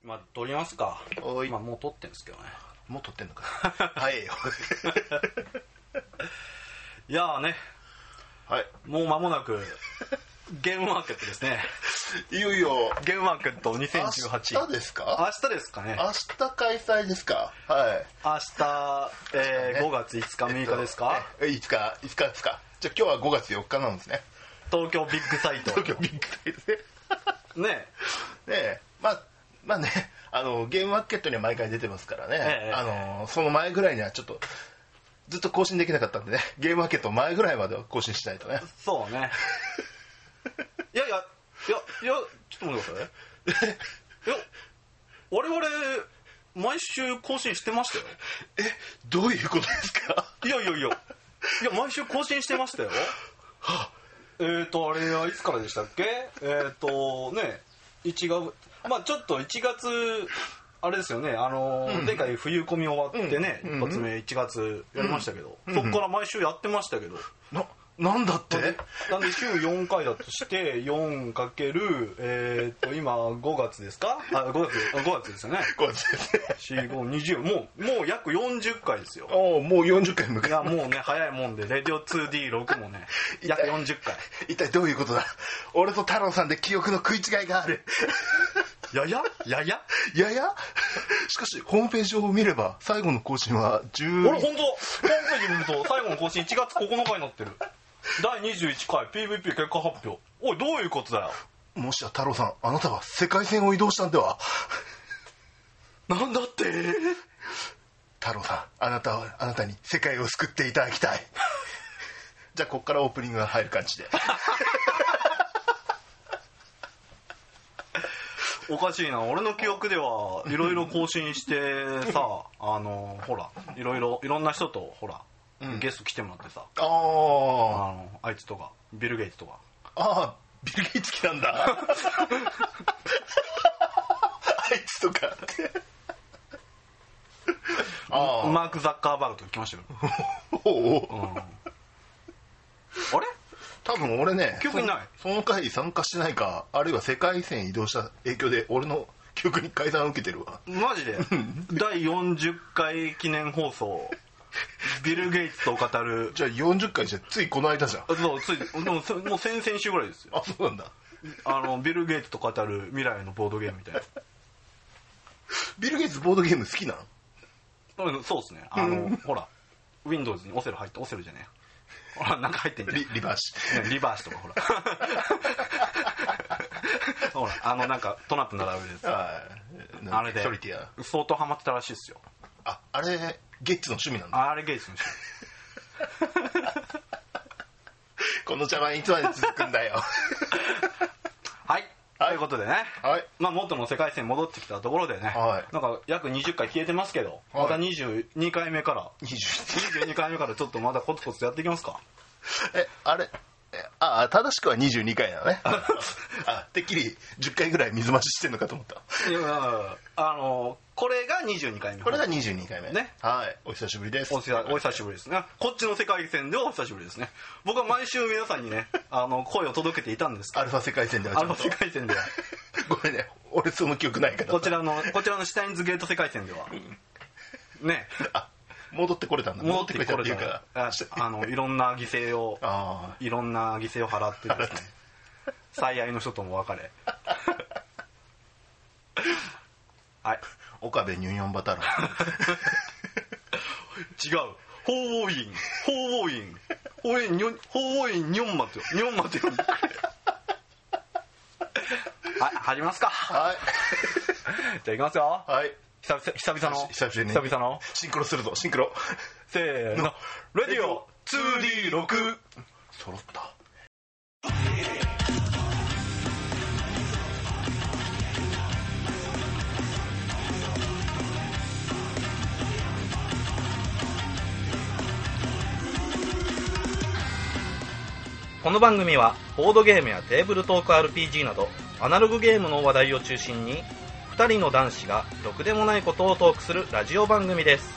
まあ撮りますか。 おい、 まあもう撮ってんですけどね。 もう撮ってんのか早いよいやーね、 はい、 もう間もなくゲームマーケットですね。 いよいよゲームマーケット2018。 明日ですか？ 明日ですかね。 明日開催ですか？はい。 明日、5月5日6日ですか？ 5日ですか？じゃあ今日は5月4日なんですね。 東京ビッグサイト。 東京ビッグサイトね。 ねねえ、まあね、ゲームマーケットには毎回出てますからね、その前ぐらいにはちょっとずっと更新できなかったんでね、ゲームマーケット前ぐらいまでは更新しないとね。 そうね。いやちょっと待ってください。いや我々毎週更新してましたよ。 どういうことですか？ いや毎週更新してましたよ。あれはいつからでしたっけ？ね、1月、まあちょっと1月あれですよね、でかい冬コミ終わってね、一発目1月やりましたけど、そこから毎週やってましたけど、 なんだってなんで週4回だとして4かける今5月ですか？5月ですよね。 5月ですね。 4、5、20、もう約40回ですよ。 もう40回迎え。 いやもうね、早いもんでレディオ 2D6 もね約40回。 一体どういうことだ？俺と太郎さんで記憶の食い違いがある。 ややしかしホームページを見れば最後の更新は10。 俺本当ホームページ見ると最後の更新1月9日になってる。第21回 PVP 結果発表。おい、どういうことだよ。 もしや太郎さん、あなたは世界線を移動したんでは？ なんだって？ 太郎さん、あなたに世界を救っていただきたい。じゃあこっからオープニングが入る感じで。 おかしいな、俺の記憶ではいろいろ更新してさ、ほらいろんな人とほら、ゲスト来てもらってさ、あいつとかビル・ゲイツとか。 ビル・ゲイツ来たんだ。あいつとかってマーク・ザッカーバーグとか来ましたよ。あれ多分俺ね、 記憶にない。 その回参加してないか、あるいは世界線移動した影響で俺の記憶に改ざんを受けてるわ。マジで第40回記念放送ビル・ゲイツと語る。 じゃあ40回じゃついこの間じゃん。 そうついでももう先々週ぐらいですよ。 そうなんだ。 ビル・ゲイツと語る未来のボードゲームみたいな。 ビル・ゲイツボードゲーム好きなの？そうですね。ほら Windows にオセロ入って、オセロじゃねえ、ほらなんか入ってんじゃん。 リバーシ、 リバーシとかほらほらなんかトランプ並べるやつ、あれで相当ハマってたらしいですよ。 あれゲイツの趣味なんだ。 あれゲイツの趣味。 この茶番いつまで続くんだよ。 はい、ということでね、 まあ元の世界線に戻ってきたところでね、なんか約20回消えてますけど、また22回目から22回目からちょっとまだコツコツやっていきますか。 あれ正しくは22回なのね。てっきり10回ぐらい水増ししてんのかと思った。 いやこれが22回目。 これが22回目ね。 はい、お久しぶりです。 お久しぶりですね。こっちの世界線ではお久しぶりですね。僕は毎週皆さんにね声を届けていたんですけど、 アルファ世界線ではアルファ世界線ではごめんね、俺その記憶ないから。 こちらのシュタインズゲート世界線ではね、 戻ってこれたんだ。 戻ってこれたっていうか、いろんな犠牲を払ってですね、最愛の人とも別れ。はい、 岡部ニュンヨンバタラ。 違う、ホーウォーインニョンマテよ。はい、始めますか。 はい。 じゃあいきますよ。 はい。 久々のシンクロするぞ、シンクロ。 せーの、レディオ 2D6 揃った。 この番組はボードゲームやテーブルトーク RPG などアナログゲームの話題を中心に2人の男子がろくでもないことをトークするラジオ番組です。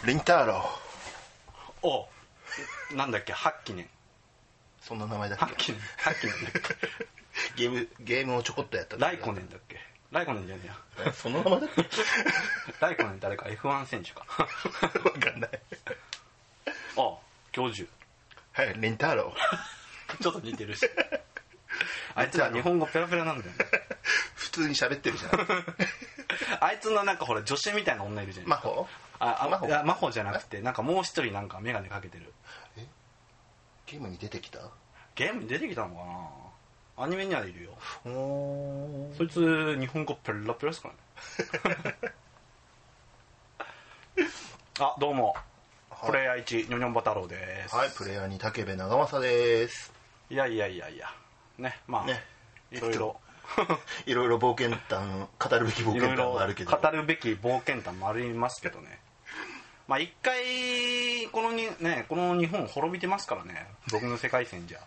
リンターロおなんだっけハッキネンそんな名前だっけハッキネンだっけゲームをちょこっとやったライコネンだっけライコネンじゃねえやその名前だっけライコネン誰か F1 選手か分かんないあ教授はいリンターロちょっと似てるしあいつら日本語ペラペラなんだよね普通に喋ってるじゃんあいつのなんかほら女子みたいな女いるじゃんマホ真帆じゃなくてなんかもう一人なんか眼鏡かけてるゲームに出てきたゲームに出てきたのかなアニメにはいるよおそいつ日本語ペラペラですからねあどうも、はい、プレイヤー1ニョニョンバ太郎ですはいプレイヤー2武部長政ですいやねまあねいろいろいろいろ冒険談語るべき冒険談もあるけど語るべき冒険談もありますけどねまあ一回この日本滅びてますからね僕の世界線じゃ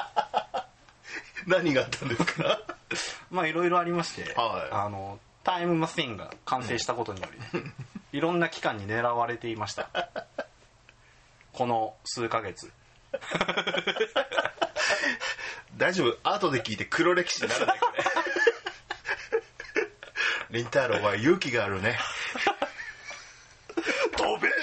何があったんですかまあいろいろありまして、 はい、 タイムマシンが完成したことにより、ね、いろんな機関に狙われていましたこの数ヶ月大丈夫後で聞いて黒歴史になるねこれリンターロは勇気があるね飛べよ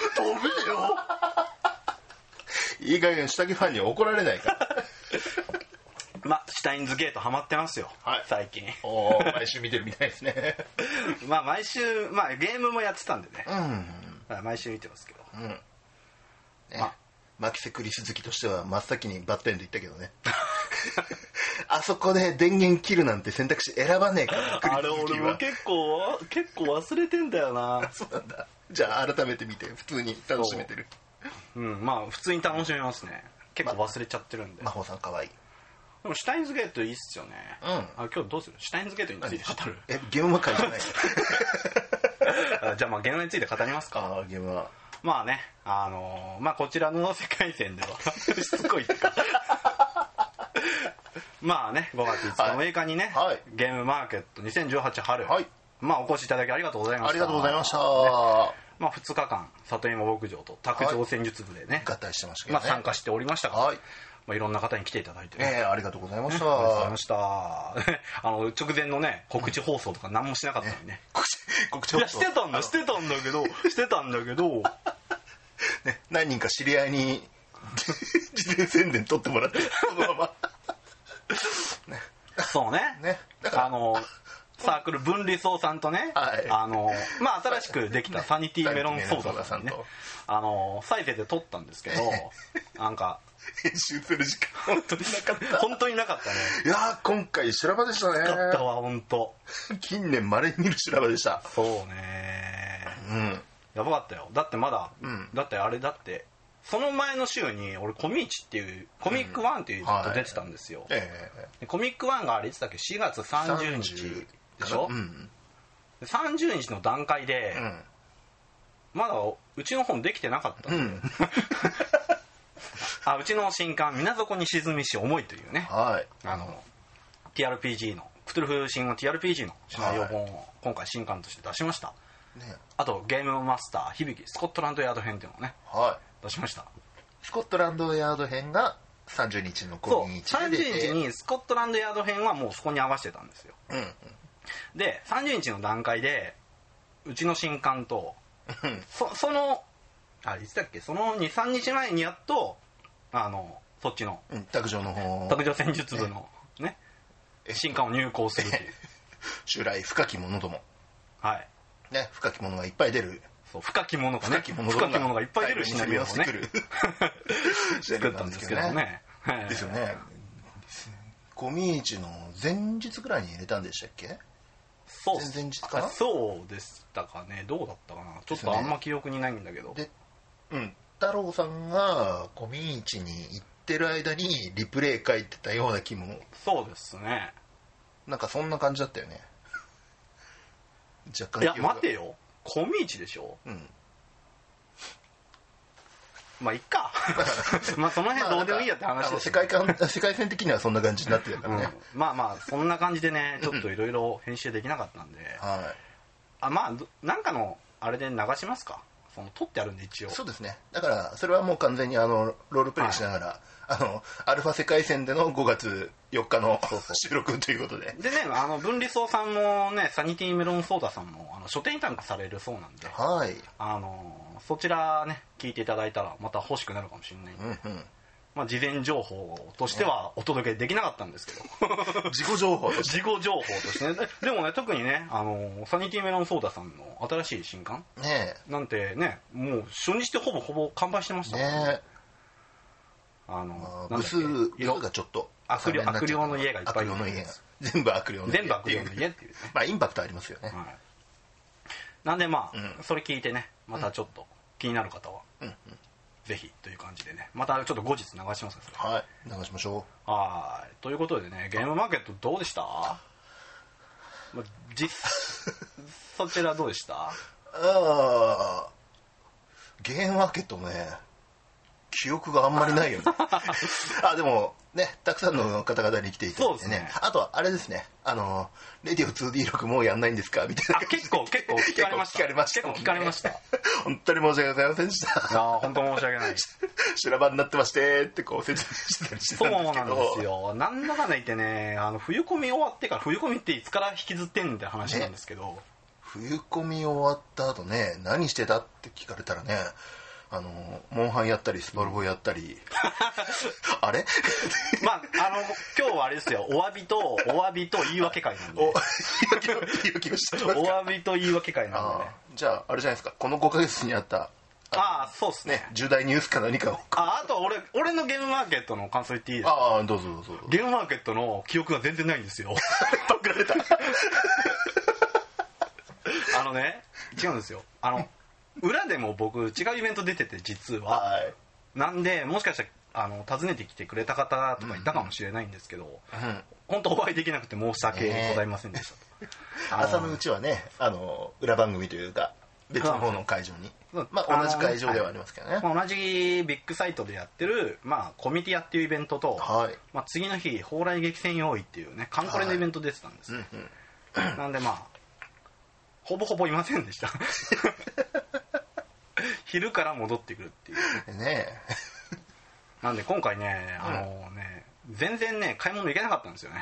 いい加減下着ファンに怒られないからまあシュタインズゲートハマってますよ、はい、最近毎週見てるみたいですねまあ毎週、まあ、ゲームもやってたんでね、毎週見てますけど、 マキセクリス好きとしては真っ先にバッテンで言ったけどねあそこで電源切るなんて選択肢選ばねえからあれ俺も結構忘れてんだよなそうなんだじゃあ改めて見て普通に楽しめてるまあ普通に楽しめますね結構忘れちゃってるんで真帆さんかわいいでもシュタインズゲートいいっすよね今日どうするシュタインズゲートについて語るゲームは書いてないじゃあまあゲームについて語りますかゲームはまあねまあこちらの世界線ではしつこいってかまあね5月5日6日にね、はい、ゲームマーケット2018春、はい、まあお越しいただきありがとうございましたありがとうございました、 ねまあ、2日間里芋牧場と卓上戦術部でね、 合体してましたけどね、 まあ、参加しておりましたが、はいまあ、いろんな方に来ていただいて、 ありがとうございました、 ありがとうございました直前のね告知放送とか何もしなかったのにね、 告知放送いやしてたんだけどね、何人か知り合いに事前宣伝取ってもらってそのままね、そうねだからサークル分離層さんとね、はい、まあ新しくできたサニティメロンソーダさんねサイゼで撮ったんですけどなんか編集する時間本当になかったねいや今回修羅場でしたねだったわ本当近年稀に見る修羅場でしたそうねやばかったよだってまだ、だってその前の週に俺コミッチっていうコミックワンっていうのと出てたんですよ、コミックワンがあれいつだっけ4月30日でしょ、30日の段階で、まだうちの本できてなかったんで、うちの新刊水底に沈みし重いというね、TRPG のクトゥルフ神話 TRPG のシナリオ本を今回新刊として出しました、あとゲームマスター響きスコットランドヤード編っていうのをね、出しました。 スコットランドヤード編が30日のコミ日で出て、30日にスコットランドヤード編はもうそこに合わせてたんですよ、で30日の段階でうちの新刊とそのいつだっけその 2,3 日前にやっとそっちの卓上の方卓上戦術部のね新刊を入稿するっていう襲来深き者どもはいね深き者がいっぱい出るそう深き者がね深き者がいっぱい出るシナリオをね作ったんですけどねですよねコミーチの前日ぐらいに入れたんでしたっけそう前々日かなそうでしたかねどうだったかなちょっとあんま記憶にないんだけどで太郎さんがコミーチに行ってる間にリプレイ書いてたような気もそうですねなんかそんな感じだったよね若干いや待てよコミーチでしょまあいっかまあその辺どうでもいいやって話です、 世界線的にはそんな感じになってるからね、 まあそんな感じでねちょっといろいろ編集できなかったんでまあなんかのあれで流しますかその取ってあるんで一応。 そうですね。だからそれはもう完全にロールプレイしながら、アルファ世界線での5月4日の収録ということで。 でね、分離層さんもね、サニティメロンソーダさんも書店委託されるそうなんで、 はい。 そちらね聞いていただいたらまた欲しくなるかもしれないんで、まあ、事前情報としてはお届けできなかったんですけど事後情報として事後情報としてね。でもね、特にねサニティメロンソーダさんの新しい新刊なんてね、もう初日でほぼ完売してましたね。 部数がちょっと悪霊の家がいっぱいいる。 全部悪霊の家っていうねまあインパクトありますよね。 なんでまあそれ聞いてね、またちょっと気になる方はぜひという感じでね、またちょっと後日流しますか。 はい、流しましょう。はいということでね、ゲームマーケットどうでした？そちらどうでした？ ゲームマーケットもね、記憶があんまりないよねでもね、たくさんの方々に来ていただいてね。あとはあれですね、レディオ 2D6 もうやんないんですかみたいな。 結構聞かれました本当に申し訳ございませんでした。 本当申し訳ない修羅場になってましてってこう説明してたりしてたんですけど。そうなんですよ。なんだかんだ言ってね、冬コミ終わってから、冬コミっていつから引きずってんって話なんですけど、 冬コミ終わった後ね、何してたって聞かれたらね、モンハンやったりスパルボやったりあれまあ今日はあれですよ、お詫びと言い訳会なんでお詫びと言い訳会なんでね。 じゃああれじゃないですか、この5ヶ月にあったそうですね、 重大ニュースか何かをあと俺のゲームマーケットの感想言っていいですか？ どうぞゲームマーケットの記憶が全然ないんですよパクられた違うんですよ。裏でも僕違うイベント出てて実は、なんでもしかしたら訪ねてきてくれた方とかいたかもしれないんですけど、本当お会いできなくて申し訳ございませんでした朝のうちはね、裏番組というか別の方の会場に、まあ同じ会場ではありますけどね、 同じビッグサイトでやってる、まあ、コミティアっていうイベントと、まあ、次の日蓬莱激戦用意っていうねカンコレのイベント出てたんです、なんでまあほぼほぼいませんでした昼から戻ってくるっていうねなんで今回ね全然ね買い物行けなかったんですよね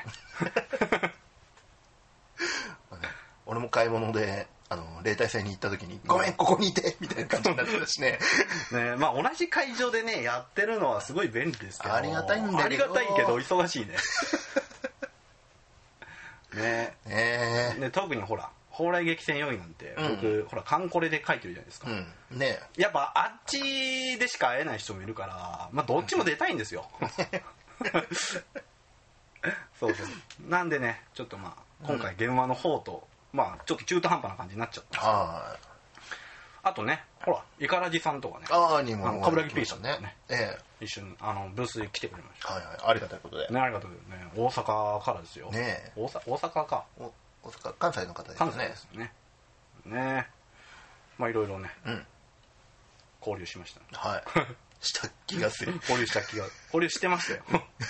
俺も買い物で例大祭に行った時にごめんここにいてみたいな感じになってたしねまあ同じ会場でねやってるのはすごい便利ですけど、 ありがたいんだけど、 ありがたいけど忙しいねね特にほら蓬莱激戦用意なんて僕、ほらカンコレで書いてるじゃないですか、やっぱあっちでしか会えない人もいるから、まあどっちも出たいんですよそうなんでね、ちょっとまあ今回現場の方と、まあちょっと中途半端な感じになっちゃったんですけど、あとね、ほらイカラジさんとかね、冠城 P さんとかね、一緒にブースで来てくれました。 ありがたいことでね、ありがとうね。大阪からですよ。大阪か。 大阪、関西の方ですね。 関西ですね。ね、まあいろいろね、交流しました。 した気がする。 交流してましたよ。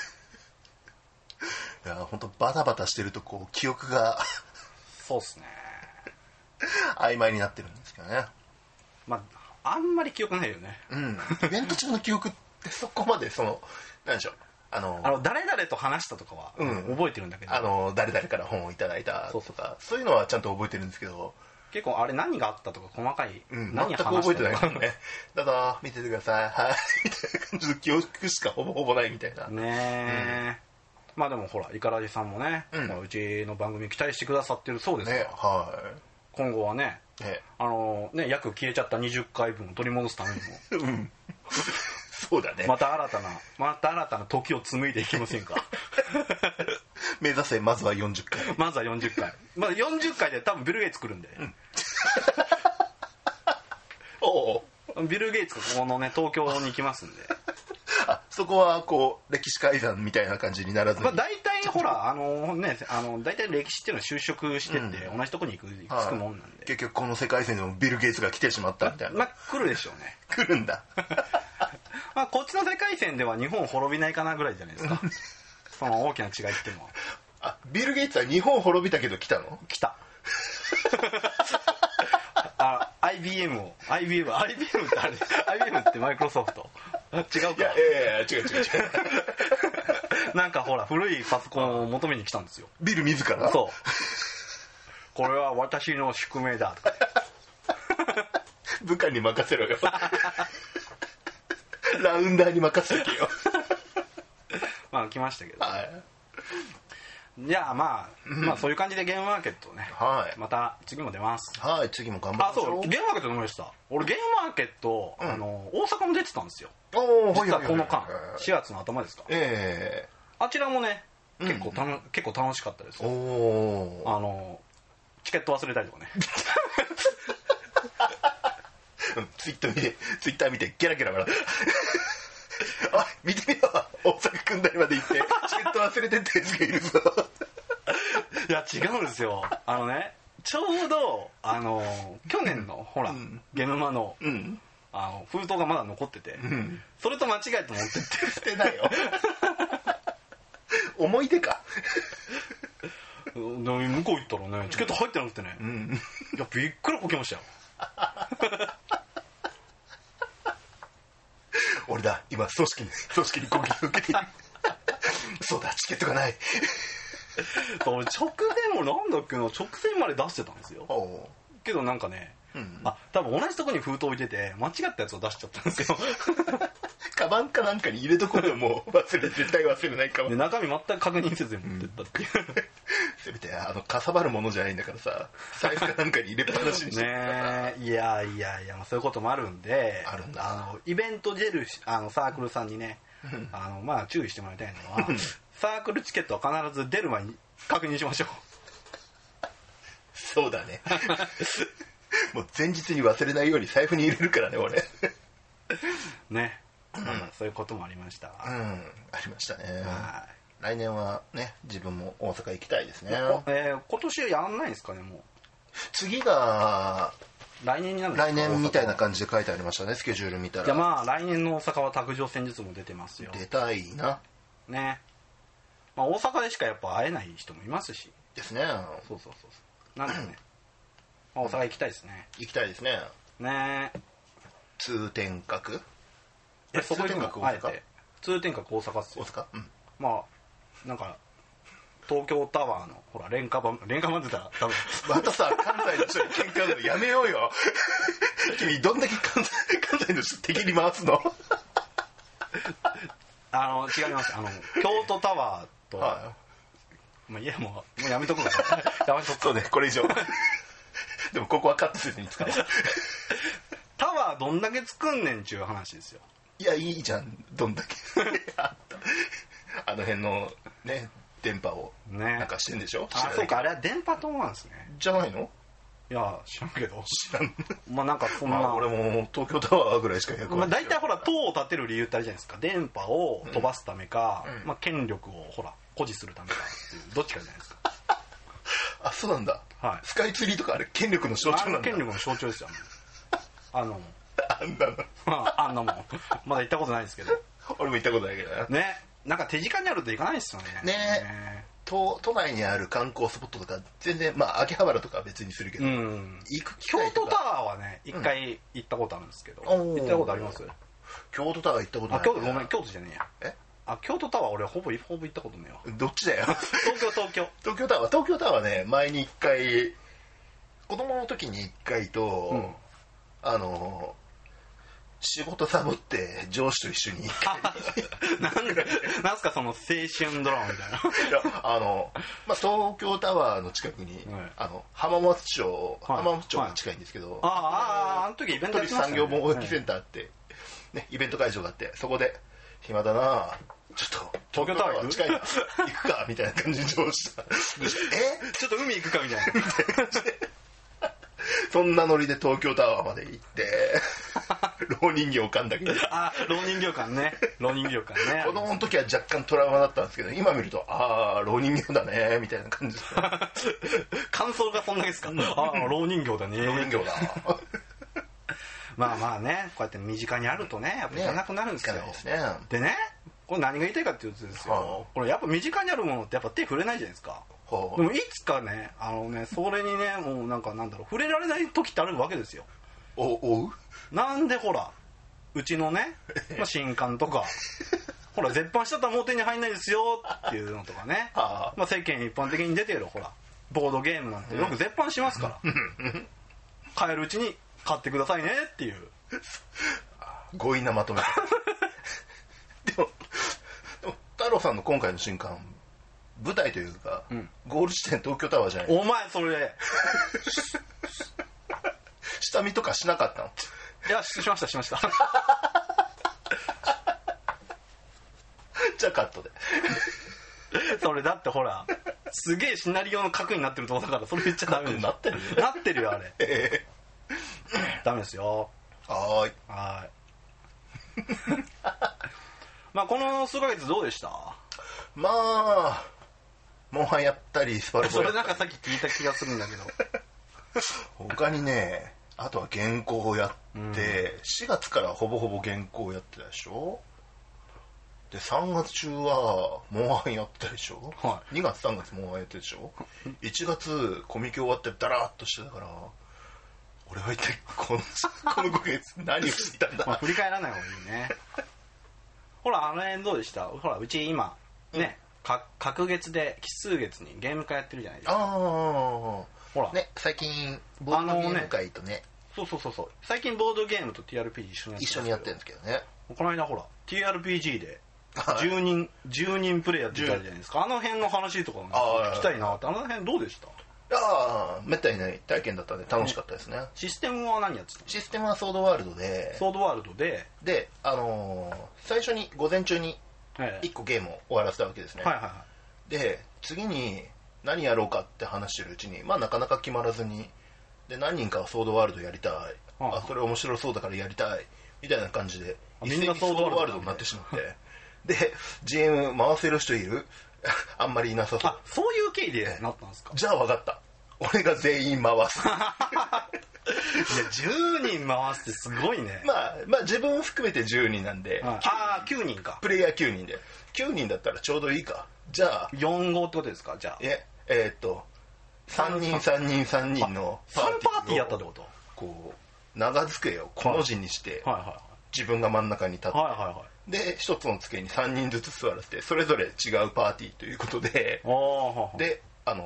いや本当バタバタしてるとこう記憶がそうっすね。 曖昧になってるんですけどね。 まああんまり記憶ないよね。 イベント中の記憶ってそこまでなんでしょう。 誰々と話したとかは覚えてるんだけど、 誰々から本をいただいたとかそういうのはちゃんと覚えてるんですけど、 結構あれ何があったとか細かい、 全く覚えてないからね。どうぞ見ててくださいはいみたいな感じの記憶しかほぼほぼないみたいなね。まあでもほらイカラジさんもね、うちの番組期待してくださってるそうですから、今後はね、約消えちゃった20回分を取り戻すためにもそうだね。 また新たな時を紡いでいきませんか目指せまずは40回。 まずは40回。まあ40回で多分ビル・ゲイツ来るんで。ビル・ゲイツがここのね東京に来ますんで。 そこはこう歴史改ざんみたいな感じにならずに。 大体ほら大体歴史っていうのは就職してって同じとこに行くもんなんで。 結局この世界線でもビル・ゲイツが来てしまったみたいな。 まあ来るでしょうね。 来るんだ。 まあこっちの世界線では日本滅びないかなぐらいじゃないですか。その大きな違いっていうのは。 ビル・ゲイツは日本滅びたけど来たの？ 来た。I IBM ってあれ IBM ってマイクロソフト違うか。 いや違うなんかほら古いパソコンを求めに来たんですよ。 ビル自ら。 そうこれは私の宿命だとか部下に任せろよラウンダーに任せとけよまあ来ましたけど、 はい、 じゃあまあそういう感じでゲームマーケットね、 はい、 また次も出ます。 はい、次も頑張りましょう。 そうゲームマーケット飲みました。俺ゲームマーケット、大阪も出てたんですよ。実はこの間4月の頭ですか。あちらもね結構楽しかったです。チケット忘れたりとかねツイッター見てゲラゲラ笑ってあ、見てみよう、大阪くん台まで行ってチケット忘れてってやつがいるぞいや違うんですよ。ちょうど去年のほら、ゲームマの、封筒がまだ残ってて、それと間違えて持ってって捨てないよ思い出か向こう行ったらねチケット入ってなくてね、いやびっくりこきましたよ俺だ今組織に攻撃を受けているそうだチケットがない直前もなんだっけな直前まで出してたんですよ。けどなんかね、多分同じとこに封筒置いてて間違ったやつを出しちゃったんですよカバンかなんかに入れとこうよ、もう絶対忘れないかも。 で中身全く確認せずに持ってったっていう、 せめてかさばるものじゃないんだからさ、財布かなんかに入れっぱなしにしてね。いやまあそういうこともあるんで、 あるんだ。 イベント出るサークルさんにねまあ注意してもらいたいのはサークルチケットは必ず出る前に確認しましょうそうだねもう前日に忘れないように財布に入れるからね俺ね、そういうこともありました。 ありましたね。来年はね自分も大阪行きたいですね。 今年やんないんですかね。もう次が来年になるんですか。 来年みたいな感じで書いてありましたね、スケジュール見たら。 じゃあまあ来年の大阪は卓上戦術も出てますよ。 出たいなね。まあ大阪でしかやっぱ会えない人もいますしですね。 そうなんでね大阪行きたいですね。 行きたいですね。 ね。 通天閣そこ行くのあえて通天閣大阪っすよ。 大阪、 まあなんか東京タワーのほら廉価版出たら多分またさ関西の人に喧嘩売るのやめようよ君どんだけ関西の人敵に回すの違います。京都タワーと、もういやもうやめとくからやめとくそうね、これ以上でもここはカットせずに使おうタワーどんだけ作んねんちゅう話ですよ。 いやいいじゃん、どんだけあの辺のね電波をなんかしてんでしょ。 そうか、あれは電波塔なんですね。 じゃないの。 いや知らんけど。 知らんまあなんかそんな、 俺も東京タワーぐらいしか役割ない。 大体ほら塔を建てる理由ってあるじゃないですか。電波を飛ばすためか、権力をほら誇示するためかっていうどっちかじゃないですか。 あ、そうなんだ。スカイツリーとかあれ権力の象徴なんだ。 権力の象徴ですよ。 あんなもんまだ行ったことないですけど。 俺も行ったことないけどね。なんか手近にあると行かないですよね。 ね。都内にある観光スポットとか全然秋葉原とかは別にするけど、行く機会とか。 京都タワーはね一回行ったことあるんですけど、行ったことあります？ 京都タワー行ったことない。 ごめん、京都じゃねえや。京都タワー俺ほぼ行ったことねえよ。 どっちだよ東京東京タワーね、前に一回子供の時に一回と、仕事サボって上司と一緒になんすかその青春ドラマみたいな。 いや東京タワーの近くに、浜松町が近いんですけど、 あの時イベントやってましたね。 産業貿易センターって、イベント会場があって、そこで暇だなちょっと東京タワー近いな行くかみたいな感じに上司がちょっと海行くかみたいな感じでそんなノリで東京タワーまで行って蝋人形館だけで蝋人形館ね子供の時は若干トラウマだったんですけど、今見ると蝋人形だねみたいな感じで感想がそんなですか。蝋人形だね。 蝋人形だまあね、こうやって身近にあるとねやっぱ行かなくなるんですよ。でね、これ何が言いたいかっていうとですよ、これやっぱ身近にあるものってやっぱ手触れないじゃないですか。でもいつかねそれにねもうなんだろう触れられない時ってあるわけですよ。 追うなんでほらうちのね、まあ、新刊とかほら絶版しちゃったらもう手に入んないですよっていうのとかねまあ、世間一般的に出てるほらボードゲームなんてよく絶版しますから買えるうちに買ってくださいねっていう強引なまとめでも太郎さんの今回の新刊舞台というか、ゴール地点東京タワーじゃない。 お前それ下見とかしなかったの？ いやしましたしましたじゃあカットでそれだってほらすげえシナリオの核になってるとこだからそれ言っちゃダメでしょ。 なってるなってるよあれダメですよ。 はーいまあこの数ヶ月どうでした？ まあモンハンやったりスパルボそれなんかさっき聞いた気がするんだけど他にねあとは原稿をやって、4月からほぼほぼ原稿をやってたでしょ。で3月中はモンハンやってたでしょ、 は 2月3月モンハンやってたでしょ1月コミケ終わってダラーっとしてたから俺は一体この5ヶ月何をしていたんだ、 まあ、振り返らない方がいいねほらあの辺どうでした？ほらうち今ね、隔月で奇数月にゲーム会やってるじゃないですか。 ほらね最近ボードゲーム会とねそう最近ボードゲームと TRPG 一緒にやってるんですけどね。 この間ほら TRPG で10人プレイやってたじゃないですか。あの辺の話とかも聞きたいなって。あの辺どうでした？ めったにない体験だったんで楽しかったですね。 システムは何やってたの？ システムはソードワールドでで最初に午前中に1個ゲームを終わらせたわけですね、で次に何やろうかって話してるうちにまあなかなか決まらずにで何人かはソードワールドやりたい、それ面白そうだからやりたいみたいな感じで一斉にソードワールドになってしまってで GM 回せる人いるあんまりいなさそう。 そういう経緯でなったんですか？ じゃあ分かった、俺が全員回すいや 10人回すってすごいね。 まあ自分含めて10人なんで、 9人か。 プレイヤー9人で9人だったらちょうどいいか。じゃあ 4号ってことですか？じゃあ 3人3人3人のパーティーやったってこと？ こう長机をこの字にして、自分が真ん中に立って、で一つの机に3人ずつ座らせてそれぞれ違うパーティーということでで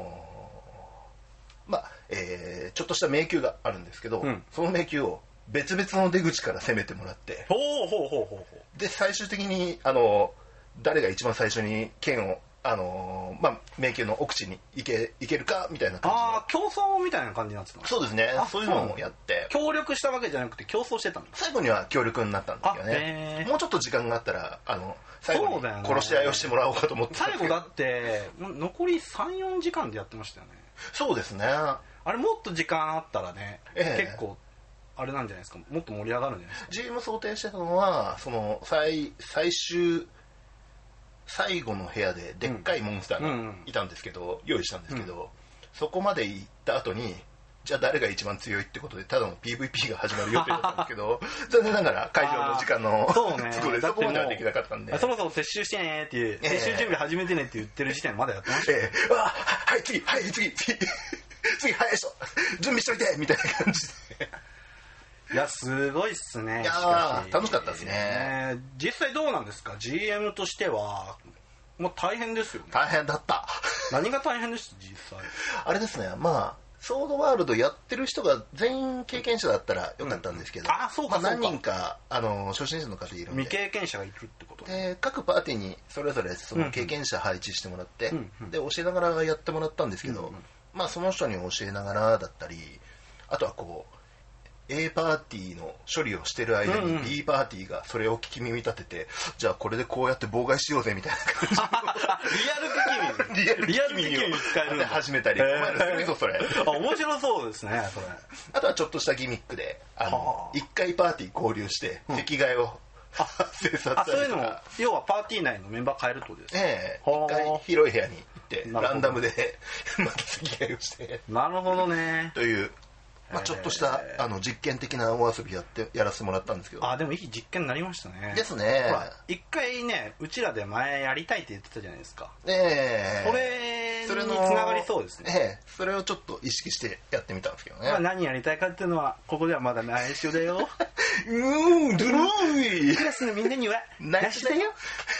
ちょっとした迷宮があるんですけど、その迷宮を別々の出口から攻めてもらってで最終的に誰が一番最初に剣を迷宮の奥地に行けるかみたいな感じの競争みたいな感じになってたの？そうですね。そういうのもやって協力したわけじゃなくて競争してたの？ 最後には協力になったんですけどね。もうちょっと時間があったら最後に殺し合いをしてもらおうかと思って最後だって残り 3,4 時間でやってましたよね。そうですね。あれもっと時間あったらね、結構あれなんじゃないですか。もっと盛り上がるんじゃないですか。 GM 想定してたのはその最後の部屋ででっかいモンスターがいたんですけど、用意したんですけど、そこまで行った後にじゃあ誰が一番強いってことでただの PVP が始まる予定だったんですけど残念ながら会場の時間の都合でそこまではできなかったんで、 そろそろ撤収してねっていう、撤収準備始めてねって言ってる時点まだやってましたはい次早い人準備しといてみたいな感じでいやすごいっすね。 いや楽しかったですね。 実際どうなんですか GM としては。もう大変ですよね。 大変だった。 何が大変でした実際？ あれですね、ソードワールドやってる人が全員経験者だったらよかったんですけど、何人か初心者の方いるんで、 未経験者がいるってことで各パーティーにそれぞれその経験者配置してもらって、で教えながらやってもらったんですけど、その人に教えながらだったり、あとはこうA パーティーの処理をしてる間に B パーティーがそれを聞き耳立てて、じゃあこれでこうやって妨害しようぜみたいな感じでリアル聞き耳に使える始めたり、お前らすごいぞそれ面白そうですねそれ。 あとはちょっとしたギミックで一回パーティー合流して席替えを生産されるとか、そういうのも要はパーティー内のメンバー変えるってことですか？ 一回広い部屋に行ってランダムでまた席替えをしてなるほどねというちょっとした実験的なお遊びやらせてもらったんですけど、 でもいい実験になりましたね。 ですね。 一回ねうちらで前やりたいって言ってたじゃないですか。それそれにつながりそうですね。 それをちょっと意識してやってみたんですけどね。 まあ、何やりたいかっていうのはここではまだ内緒だよ。 ずるい。 クラスのみんなには内緒だよ。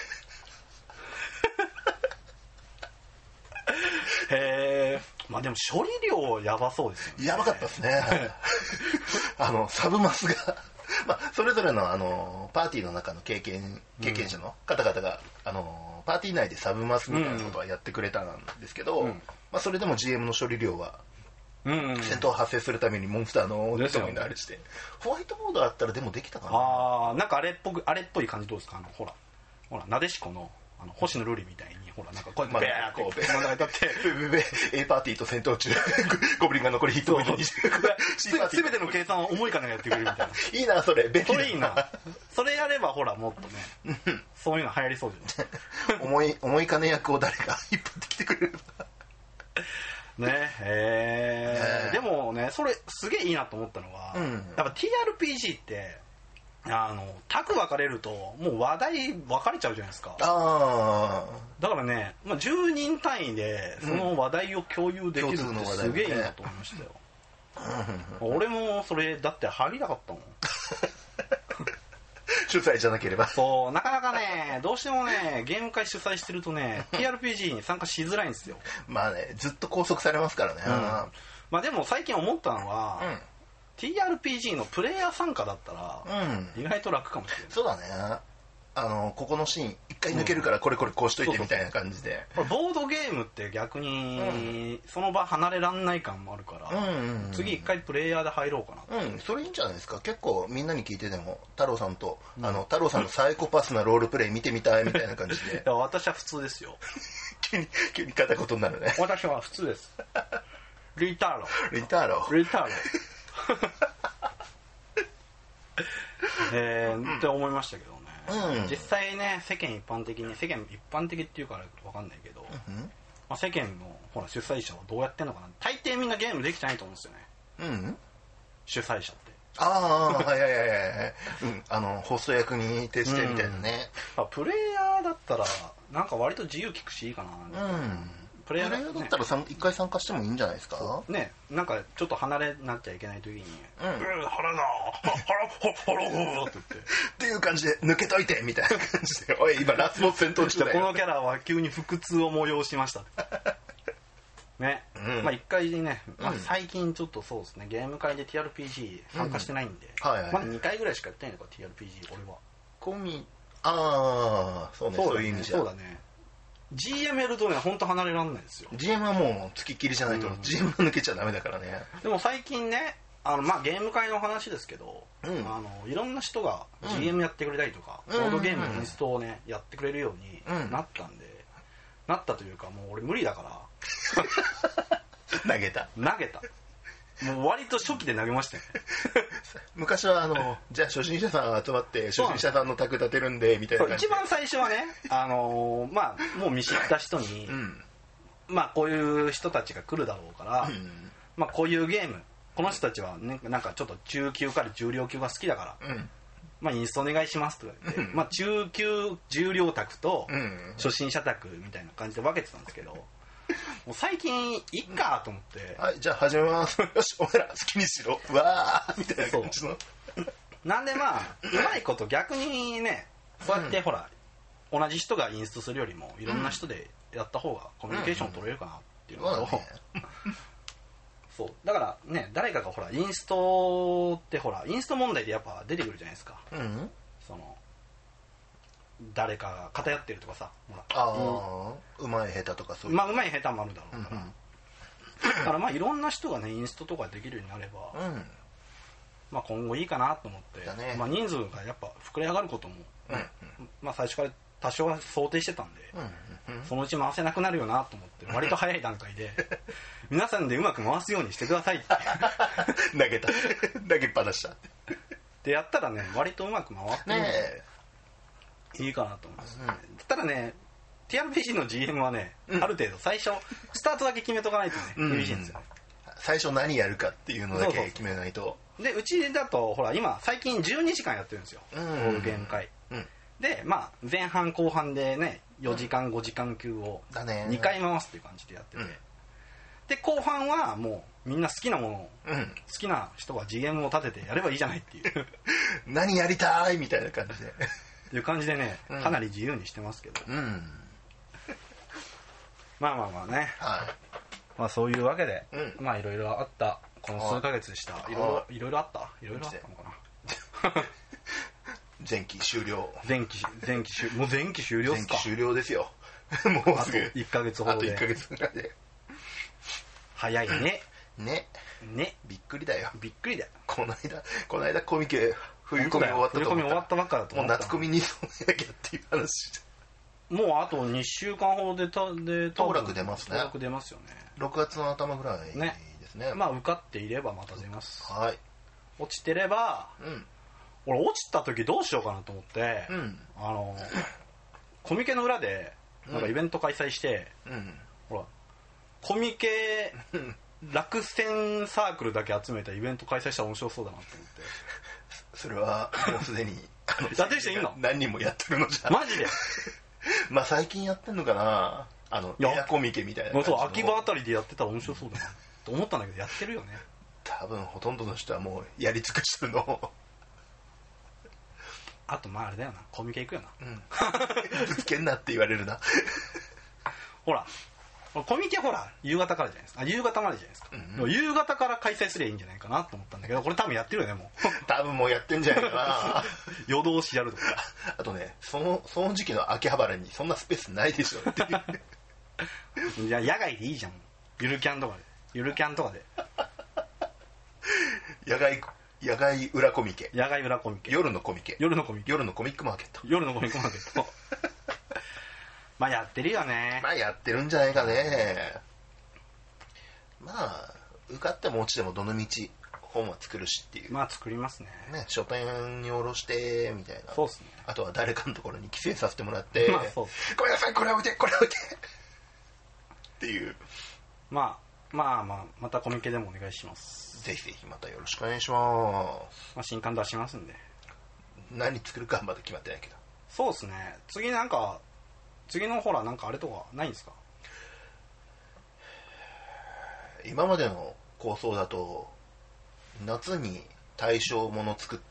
まあでも処理量やばそうですよね。 やばかったですね。サブマスがまあ、それぞれのパーティーの中の経験者の方々がパーティー内でサブマスみたいなことはやってくれたんですけど、まあ、それでも GM の処理量は戦闘発生するためにモンスターのとこにあれして、ホワイトボードあったらでもできたかな。 なんかあれっぽい感じどうですか。ほらなでしこの星野瑠璃みたいにほらなんかこうやってベーこう真ん中に立って A パーティーと戦闘中ゴブリンが残りヒットポイント20 全ての計算を重い金がやってくれるみたいな。 いいなそれ。 それいいな。それやればほらもっとねそういうの流行りそうじゃない重い金役を誰か引っ張ってきてくれるね。でもねそれすげえいいなと思ったのは、やっぱ TRPG ってタク分かれるともう話題分かれちゃうじゃないですか。だからね、まあ、10人単位でその話題を共有できるってすげえいいなと思いましたよ。俺もそれだって入りたかったもん。 主催じゃなければ。 そうなかなかねどうしてもねゲーム会主催してるとね TRPG に参加しづらいんですよ。 まあねずっと拘束されますからね。 まあでも最近思ったのは、TRPG のプレイヤー参加だったら、意外と楽かもしれない。 そうだね。ここのシーン一回抜けるからこれこうしといてみたいな感じで。 ボードゲームって逆にその場離れらんない感もあるから、次一回プレイヤーで入ろうかな。 それいいんじゃないですか。結構みんなに聞いてでも太郎さんと太郎さんのサイコパスなロールプレイ見てみたいみたいな感じで。 私は普通ですよ。 急に片言になるね。 私は普通です。リタロって思いましたけどね。実際ね世間一般的っていうか分かんないけど、まあ、世間のほら主催者はどうやってんのかな。大抵みんなゲームできてないと思うんですよね。主催者って。 ホスト役に徹してみたいなね。 プレイヤーだったらなんか割と自由聞くしいいかな。プレイヤーだったら一回参加してもいいんじゃないですかね。なんかちょっと離れなっちゃいけない時に腹って言っていう感じで抜けといてみたいな感じでおい今ラスボス戦闘中だよ。 このキャラは急に腹痛を催しましたね。まあ一回ね、最近ちょっとそうですねゲーム会で TRPG 参加してないんで、まだ2回ぐらいしかやってないのか TRPG 俺は。 そういう意味じゃ。 そうだね。GM やるとね本当離れらんないですよ。 GM はもう付きっきりじゃないと、GM は抜けちゃダメだからね。 でも最近ねまあゲーム会の話ですけど、いろんな人が GM やってくれたりとか、ボードゲームのインストをねやってくれるようになったんで、なったというかもう俺無理だから投げたもう割と初期で投げましたよね。 昔はじゃあ初心者さん集まって初心者さんの卓立てるんでみたいな感じで。 一番最初はねまあもう見知った人に、まあこういう人たちが来るだろうから、まあこういうゲームこの人たちは、ね、なんかちょっと中級から重量級が好きだから、まあインストお願いしますとか言って、まあ中級重量卓と初心者卓みたいな感じで分けてたんですけど、もう最近いっかと思って、 はいじゃあ始めます。よしお前ら好きにしろわーみたいな感じの。 なんでまあうまいこと逆にねそうやってほら、同じ人がインストするよりもいろんな人でやった方がコミュニケーション取れるかなっていうのと、そうだからね誰かがほらインストってほらインスト問題でやっぱ出てくるじゃないですか。その誰かが偏ってるとかさ、 うまい下手とかそういう。 まあうまい下手もあるだろうから、だからまあいろんな人がねインストとかできるようになれば、まあ今後いいかなと思って、まあ人数がやっぱ膨れ上がることも、まあ最初から多少は想定してたんで、そのうち回せなくなるよなと思って割と早い段階で皆さんでうまく回すようにしてくださいって投げっぱなしだでやったらね割とうまく回ってるんで、いいかなと思います、ただね TRPG の GM はね、ある程度最初スタートだけ決めとかないとね厳しいんですよ、 最初何やるかっていうのだけ決めないと。 でうちだとほら今最近12時間やってるんですよ、ボードゲーム会、でまあ前半後半でね 4時間5時間級をだね 2回回すっていう感じでやってて、で後半はもうみんな好きなものを、好きな人は GM を立ててやればいいじゃないっていう何やりたいみたいな感じでっていう感じでね、かなり自由にしてますけど、まあね、まあそういうわけで、まあいろいろあったこの数ヶ月でした。いろいろあったのかな前期終了。 もう前期終了っすか。 前期終了ですよもうすぐ 1ヶ月ほどで。 あと1ヶ月ぐらいで早いね。 ねびっくりだよ。 びっくりだよ。 この間コミケ冬コミ終わったと思った。 冬コミ終わったばっかだと思った。 もう夏コミに備えなきゃっていう話。 もうあと2週間ほどで当落出ますね。 当落出ますよね。 6月の頭ぐらいですね。 まあ受かっていればまた出ます。 はい。 落ちてれば、俺落ちた時どうしようかなと思って、コミケの裏でなんかイベント開催して、ほらコミケ落選サークルだけ集めたイベント開催したら面白そうだなと思って。 それはもうすでにやってる人いんの？ 何人もやってるのじゃ。 マジで？ まあ最近やってんのかな。エアコミケみたいな感じの。 そう秋葉あたりでやってたら面白そうだなと思ったんだけどやってるよね。 多分ほとんどの人はもうやり尽くしてるのを。 あとまああれだよな、コミケ行くよな。 ぶつけんなって言われるな。 ほらコミケほら夕方からじゃないですか。夕方までじゃないですか。夕方から開催すりゃいいんじゃないかなと思ったんだけど、これ多分やってるよねもう。 多分もうやってんじゃないかな。 夜通しやるとか。 あとね、その時期の秋葉原にそんなスペースないでしょっていう。 いや野外でいいじゃん。ゆるキャンとかで。 野外裏コミケ。夜のコミケ。 夜のコミックマーケット。 まあやってるよね。 まあやってるんじゃないかね。まあ受かっても落ちてもどの道本は作るしっていう。 まあ作りますね。 書店に下ろしてみたいな。 そうですね。 あとは誰かのところに寄生させてもらって、 まあそうごめんなさいこれ置いてっていう。 またコミケでもお願いします。 ぜひぜひまたよろしくお願いします。 まあ新刊出しますんで。 何作るかまだ決まってないけど。 そうですね。次のほらなんかあれとかないんですか？ 今までの構想だと夏に大正もの作って、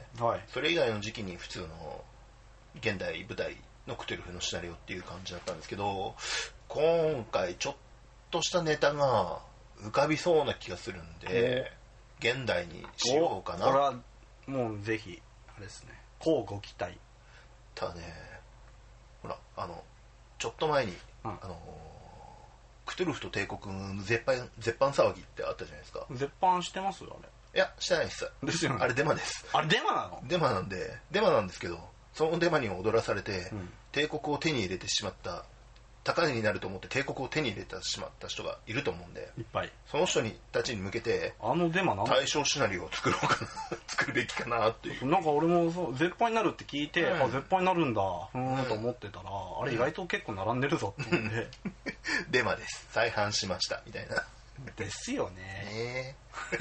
それ以外の時期に普通の現代舞台のクトゥルフのシナリオっていう感じだったんですけど、今回ちょっとしたネタが浮かびそうな気がするんで、現代にしようかな。 これはもうぜひあれですね、こうご期待。 ただね、ほらちょっと前に、クトゥルフと帝国の絶版騒ぎってあったじゃないですか。 絶版してます？あれいやしてないです。 ですよね。 あれデマです。 あれデマなの？ デマなんですけど、そのデマに踊らされて、帝国を手に入れてしまった、高値になると思って帝国を手に入れてしまった人がいると思うんで、 いっぱい。 その人たちに向けてデマなの？ 大正シナリオを作るべきかなっていう。 なんか俺も絶版になるって聞いて、絶版になるんだと思ってたら、あれ意外と結構並んでるぞって思ってデマです、再販しましたみたいな。 ですよね。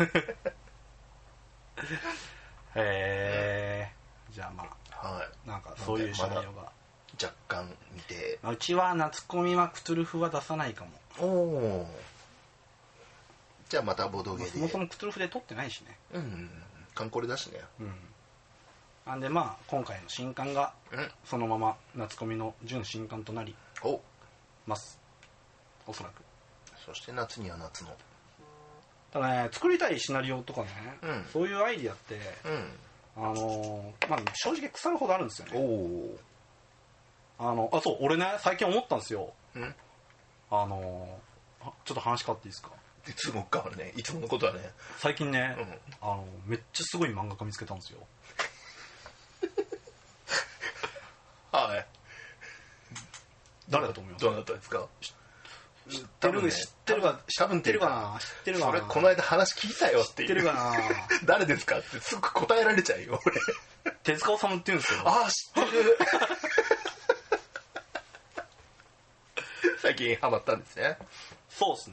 じゃあまあ、なんかそういうシナリオが若干見て、 うちは夏コミはクトゥルフは出さないかも。 じゃあまたボドゲで。 そもそもクトゥルフで撮ってないしね。 カンコレだしね。 なんでまあ今回の新刊がそのまま夏コミの準新刊となります、おそらく。 そして夏には夏の。 ただね、作りたいシナリオとかね、そういうアイディアって、まあ正直腐るほどあるんですよね。そう、俺ね最近思ったんですよ。ちょっと話変わっていいですか？ いつも変わるね、いつものことはね。 最近ね、めっちゃすごい漫画家見つけたんですよ。誰だと思います？ どうなったんですか？ 知ってるかな。 それこの間話聞いたよっていう。 知ってるかな。 誰ですかってすぐ答えられちゃうよ俺。 手塚治虫って言うんですよ。 知ってる。最近ハマったんですね。 そうですね。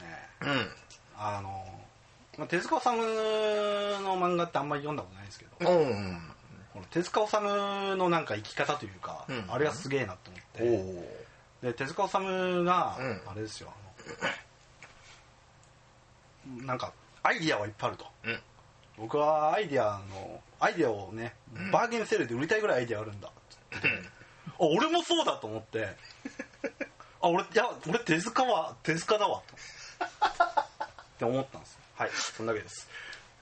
手塚治虫の漫画ってあんまり読んだことないんですけど、手塚治虫のなんか生き方というか、あれがすげえなと思って、 で手塚治虫が、 うん、 あれですよ、なんかアイディアはいっぱいあると、 うん、 僕はアイディアをね、バーゲンセールで売りたいぐらいアイディアあるんだって、あ俺もそうだと思って俺手塚だわとって思ったんですよ。はい、そんだけです。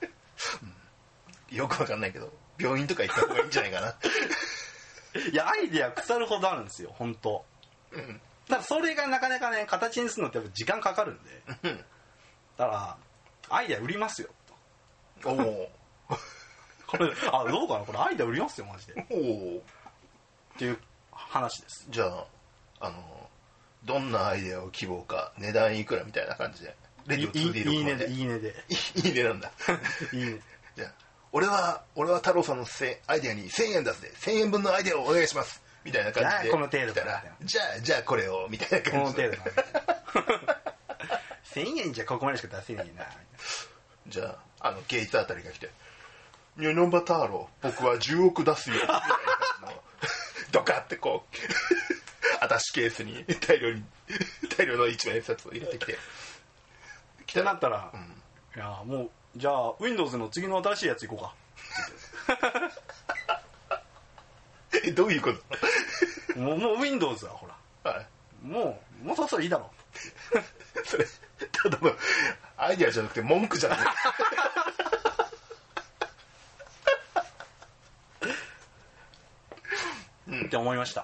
よくわかんないけど病院とか行った方がいいんじゃないかな。 いやアイディア腐るほどあるんですよ本当。 うん、 ただそれがなかなかね形にするのってやっぱ時間かかるんで、 うん、 だからアイデア売りますよと。おお。 これどうかな、これアイデア売りますよマジで。 おお。 っていう話です。 じゃあどんなアイデアを希望か値段いくらみたいな感じで。レディオ 2D いいねでいいねでいいねなんだ。 いいね。 じゃあ俺は太郎さんのアイデアに1000円出すで1000円分のアイデアをお願いしますみたいな感じで。 この程度からじゃあこれをみたいな感じで。 この程度1000円じゃここまでしか出せないな。 じゃあゲイツあたりが来てニョノバ太郎僕は10億出すよみたいな感じのドカってこうアタッシュケースに大量の1枚札を入れてきてってなったら、いやもうじゃあ Windows の次の新しいやついこうかどういうこともう Windows はほら、はい、もうそろそろいいだろそれただのアイデアじゃなくて文句じゃないって思いました。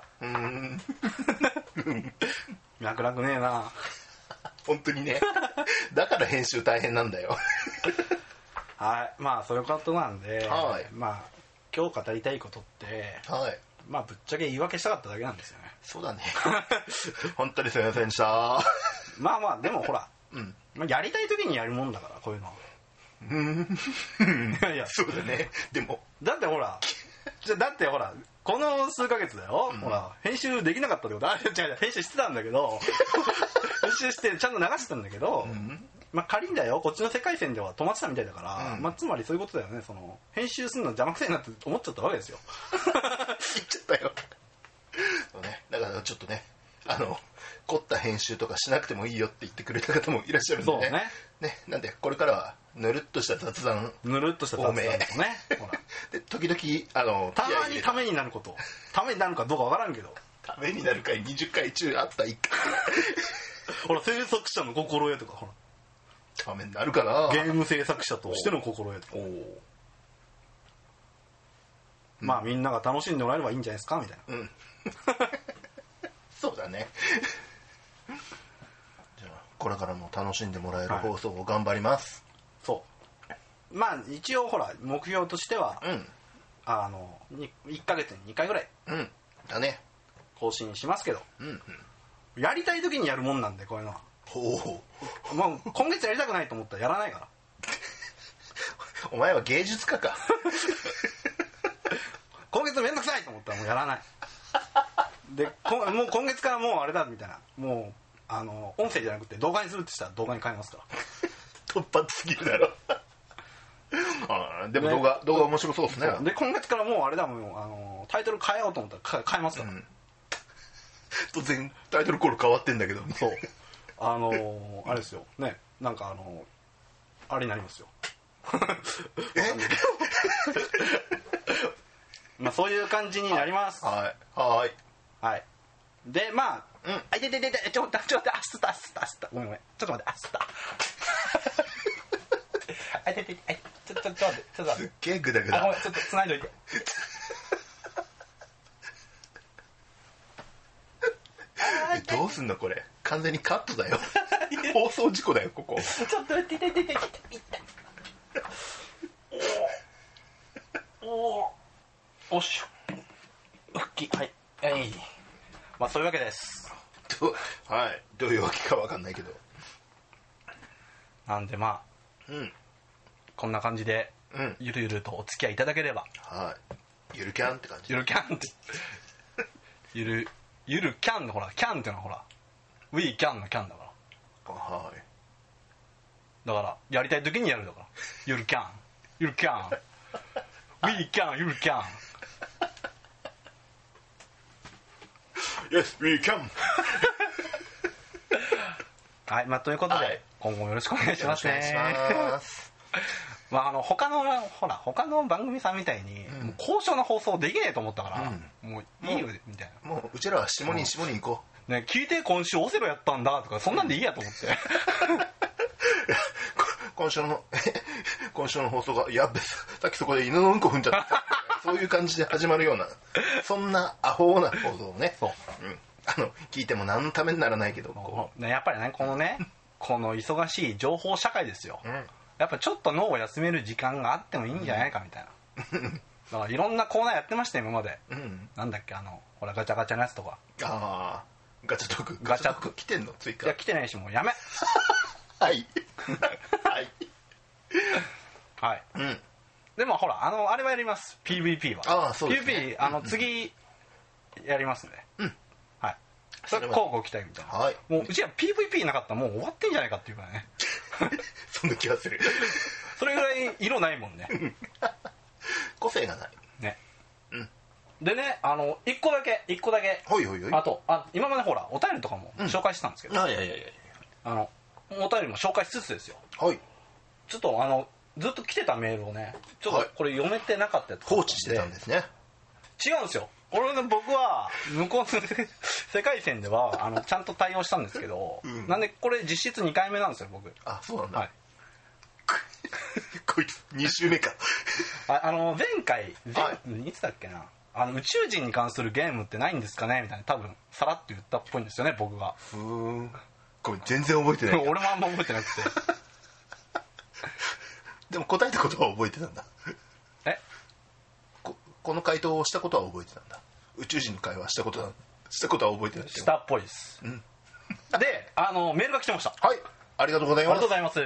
脈絡ねえな本当にね。だから編集大変なんだよはい、まあそういうことなんで、 はい、 まあ今日語りたいことって、 はい、 まあぶっちゃけ言い訳したかっただけなんですよね。 そうだね本当にすみませんでしたまあでもほら、まあ、やりたい時にやるもんだからこういうのはいやそうだね。でもだってほらこの数ヶ月だよ、ほら編集できなかったってこと違う編集してたんだけど編集してちゃんと流してたんだけど、まあ仮にだよこっちの世界線では止まってたみたいだから、まあつまりそういうことだよね。その編集するの邪魔くせえなって思っちゃったわけですよ言っちゃったよそうね、だからちょっとね凝った編集とかしなくてもいいよって言ってくれた方もいらっしゃるんで ねなんでこれからはぬるっとした雑談多めですねほらで時々 たまにためになることためになるかどうかわからんけどためになる回20回中あった1回ほら制作者の心得とかほらためになるかな。 ゲーム制作者としての心得とかまあみんなが楽しんでもらえればいいんじゃないですかみたいな、 そうだねじゃあこれからも楽しんでもらえる放送を頑張ります、 そうまあ一応ほら目標としては、1ヶ月に2回ぐらいだね更新しますけど、やりたい時にやるもんなんでこういうのはもう今月やりたくないと思ったらやらないからお前は芸術家か今月めんどくさいと思ったらもうやらないでもう今月からもうあれだみたいなもう音声じゃなくて動画にするってしたら動画に変えますから突発すぎるだろでも動画面白そうですね。 で今月からもうあれだもうタイトル変えようと思ったら変えますから、 突然タイトルコール変わってんだけどそうあれですよねなんかあれになりますよまあそういう感じになります。はいでまああいててててちょっと待ってあすったごめんちょっと待ってあすったあいててちょっと待ってすっげえグダグダごめんちょっと繋いどいてどうすんのこれ完全にカットだよ放送事故だよここちょっと待って痛いおしょ復帰はいまあそういうわけですはいどういうわけかわかんないけどなんでまあこんな感じでゆるゆるとお付き合いいただければゆるキャンって感じゆるキャンってゆるキャンのほらキャンっていうのはほら We can のキャンだからだからやりたい時にやるだからゆるキャン We can ゆるキャン Yes we can はい、まあ、ということで、 はい、 今後もよろしくお願いしますね。 よろしくお願いします。 まあ、他の番組さんみたいに、もう高尚な放送できねえと思ったから、もういいよみたいな。 もううちらは下に行こう。ね、聞いて今週オセロやったんだとか、そんなんでいいやと思って。 今週の放送がやっべさっきそこで犬のうんこ踏んじゃったそういう感じで始まるようなそんなアホな放送をね、そう、聞いても何のためにならないけどやっぱりねこの忙しい情報社会ですよ、やっぱちょっと脳を休める時間があってもいいんじゃないかみたいな、だからいろんなコーナーやってましたよ今まで、なんだっけほらガチャガチャのやつとか、 ガチャトーク来てんの追加？ いや来てないしもうやめはいはい、でもほらあれはやります PVP は。 そうですね、 PVP 次やりますんで、はい、それ交互期待みたいな、はい、もううちは PVP なかったらもう終わってんじゃないかっていうからねそんな気がするそれぐらい色ないもんね個性がないね、でね1個だけあと今までほらお便りとかも紹介してたんですけど、お便りも紹介しつつですよ、はい、ちょっとずっと来てたメールをねちょっとこれ読めてなかったやつ放置してたんですね。 違うんですよ、僕は向こうの世界線ではちゃんと対応したんですけど、なんでこれ実質2回目なんですよ僕。 そうなんだ、はい、こいつ2週目か前回いつだっけな、宇宙人に関するゲームってないんですかねみたいな多分さらっと言ったっぽいんですよね僕が。 これ全然覚えてない俺もあんま覚えてなくてでも答えたことは覚えてたんだ。この回答をしたことは覚えてたんだ。宇宙人の会話したことは覚えてない。 したっぽいです、でメールが来てました。 はい、ありがとうございます。 ありがとうございます、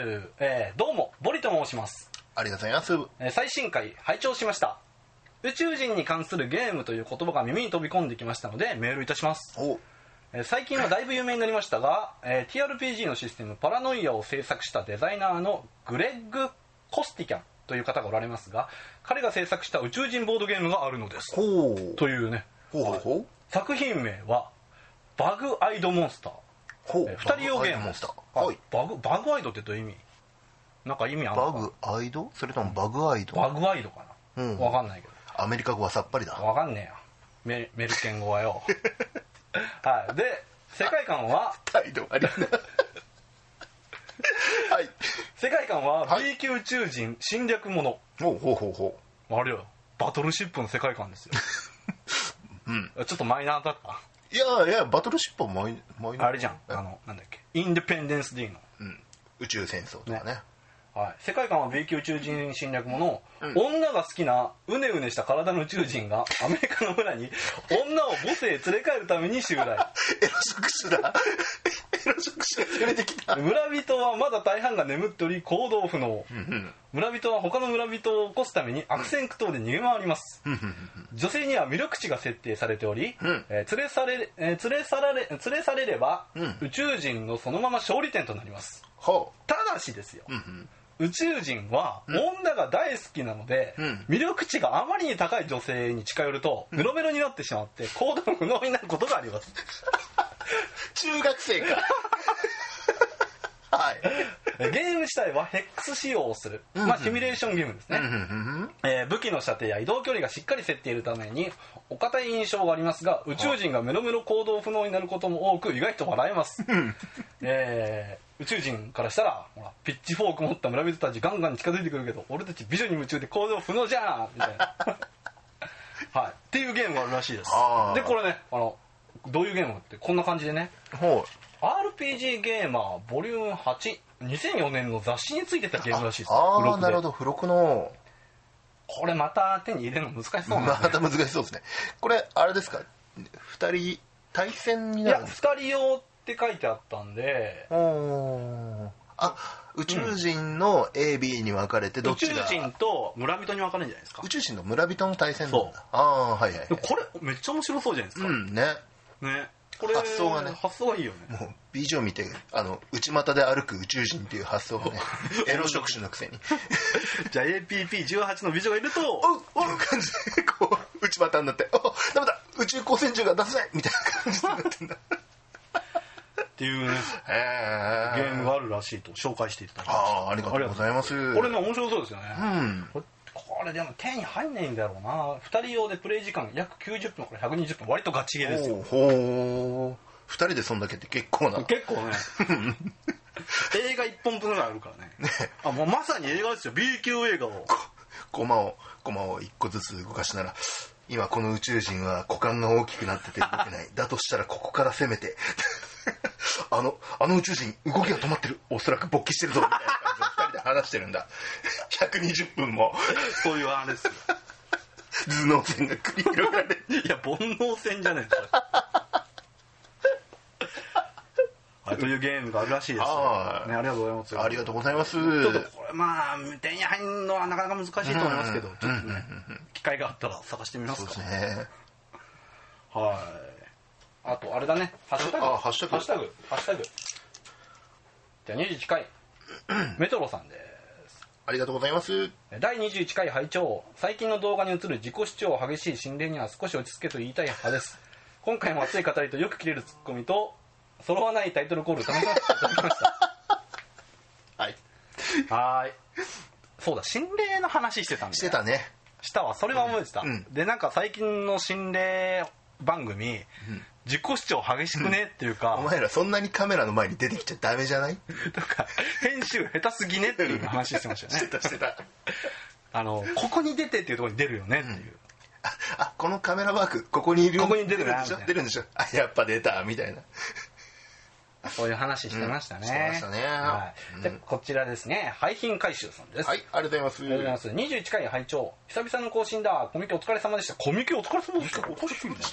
どうもボリと申します。 ありがとうございます。 最新回拝聴しました。宇宙人に関するゲームという言葉が耳に飛び込んできましたのでメールいたします。最近はだいぶ有名になりましたが、TRPG のシステムパラノイアを制作したデザイナーのグレッグ・コスティキャンという方がおられますが、彼が制作した宇宙人ボードゲームがあるのです。というね、作品名はバグアイドモンスター、2人用ゲームです。バグアイドってどういう意味？なんか意味あるのかな？ バグアイド？それともバグアイド？ バグアイドかな、分かんないけど。 アメリカ語はさっぱりだ。 分かんねえよメルケン語はよはい、で世界観は態度ありがとうはい、 世界観は B 級宇宙人侵略もの。あれよバトルシップの世界観ですよちょっとマイナーだった。 いやバトルシップはマイナーあれじゃん、なんだっけインデペンデンス D の、 宇宙戦争とかね。 はい、世界観は B 級宇宙人侵略もの、女が好きなうねうねした体の宇宙人がアメリカの村に女を母性へ連れ帰るために襲来エロ職種が攻めてきた。 村人はまだ大半が眠っており行動不能、村人は他の村人を起こすために悪戦苦闘で逃げ回ります。女性には魅力値が設定されており、連れ去れれば、宇宙人のそのまま勝利点となります。ただしですよ、宇宙人は女が大好きなので、魅力値があまりに高い女性に近寄るとメロメロになってしまって行動不能になることがあります中学生かはい、 ゲーム自体はヘックス仕様をする、シミュレーションゲームですね。武器の射程や移動距離がしっかり設定いるためにお堅い印象がありますが、宇宙人がメロメロ行動不能になることも多く意外と笑えます。宇宙人からしたらほらピッチフォーク持った村人たちガンガン近づいてくるけど俺たち美女に夢中で行動不能じゃんみたいなはい、っていうゲームがあるらしいです。でこれねどういうゲームってこんな感じでね、RPG ゲーマーボリューム8 2004年の雑誌についてたゲームらしいです。 なるほど、付録の。 これまた手に入れるの難しそうなんですね。また難しそうですね。これあれですか、2人対戦になるんですか？ いや2人用って書いてあったんで、 宇宙人の AB に分かれてどっちが、 宇宙人と村人に分かれるんじゃないですか。 宇宙人の村人の対戦なんだ。はいはい。 これめっちゃ面白そうじゃないですか。ね、これ発想がいいよね。 もう美女見て内股で歩く宇宙人っていう発想がねエロ職種のくせにじゃあ APP18 の美女がいるとおっ感じでこう内股になってダメだ宇宙光線銃が出せないみたいな感じになってんだっていうねゲームがあるらしいと紹介していただきました。 ありがとうございます。 これね面白そうですよね。これでも手に入んないんだろうな。2人用でプレイ時間約90分から120分、割とガチゲーですよ。 2人でそんだけって結構な。 結構ね映画1本分ぐらいあるからね。もうまさに映画ですよ。 B 級映画をコマを1個ずつ動かしなら、今この宇宙人は股間が大きくなってて動けないだとしたらここから攻めてあの宇宙人動きが止まってる、おそらく勃起してるぞみたいな感じで2人で話してるんだ120分もそういうあれですよ頭脳戦が繰り広げられる。 いや煩悩戦じゃないですかというゲームがあるらしいですね。ありがとうございます。 ありがとうございます。ちょっとこれまあ手に入るのはなかなか難しいと思いますけど、ちょっとね機会があったら探してみますか。 そうですね。 はい。あとあれだね、ハッシュタグじゃあ21回メトロさんです。 ありがとうございます。 第21回拝聴。最近の動画に映る自己主張激しい心霊には少し落ち着けと言いたい派です。今回も熱い語りとよく切れるツッコミと揃わないタイトルコール楽しませていただきましたはい。そうだ、心霊の話してたんで。 してたね。 したわ、それは覚えてた、でなんか最近の心霊番組、自己主張激しくねっていうか、 お前らそんなにカメラの前に出てきちゃダメじゃない？ とか編集下手すぎねっていう話してましたよね。 してたここに出てっていうところに出るよねっていう、 このカメラワークここにいる、 ここに出るな出るんでしょ、やっぱ出たみたいな、 そういう話してましたね。 してましたね。 でこちらですね、廃品回収さんです。 はい、ありがとうございます。 21回拝聴。久々の更新だ。コミケお疲れ様でした。コミケお疲れ様でした。おかしいね。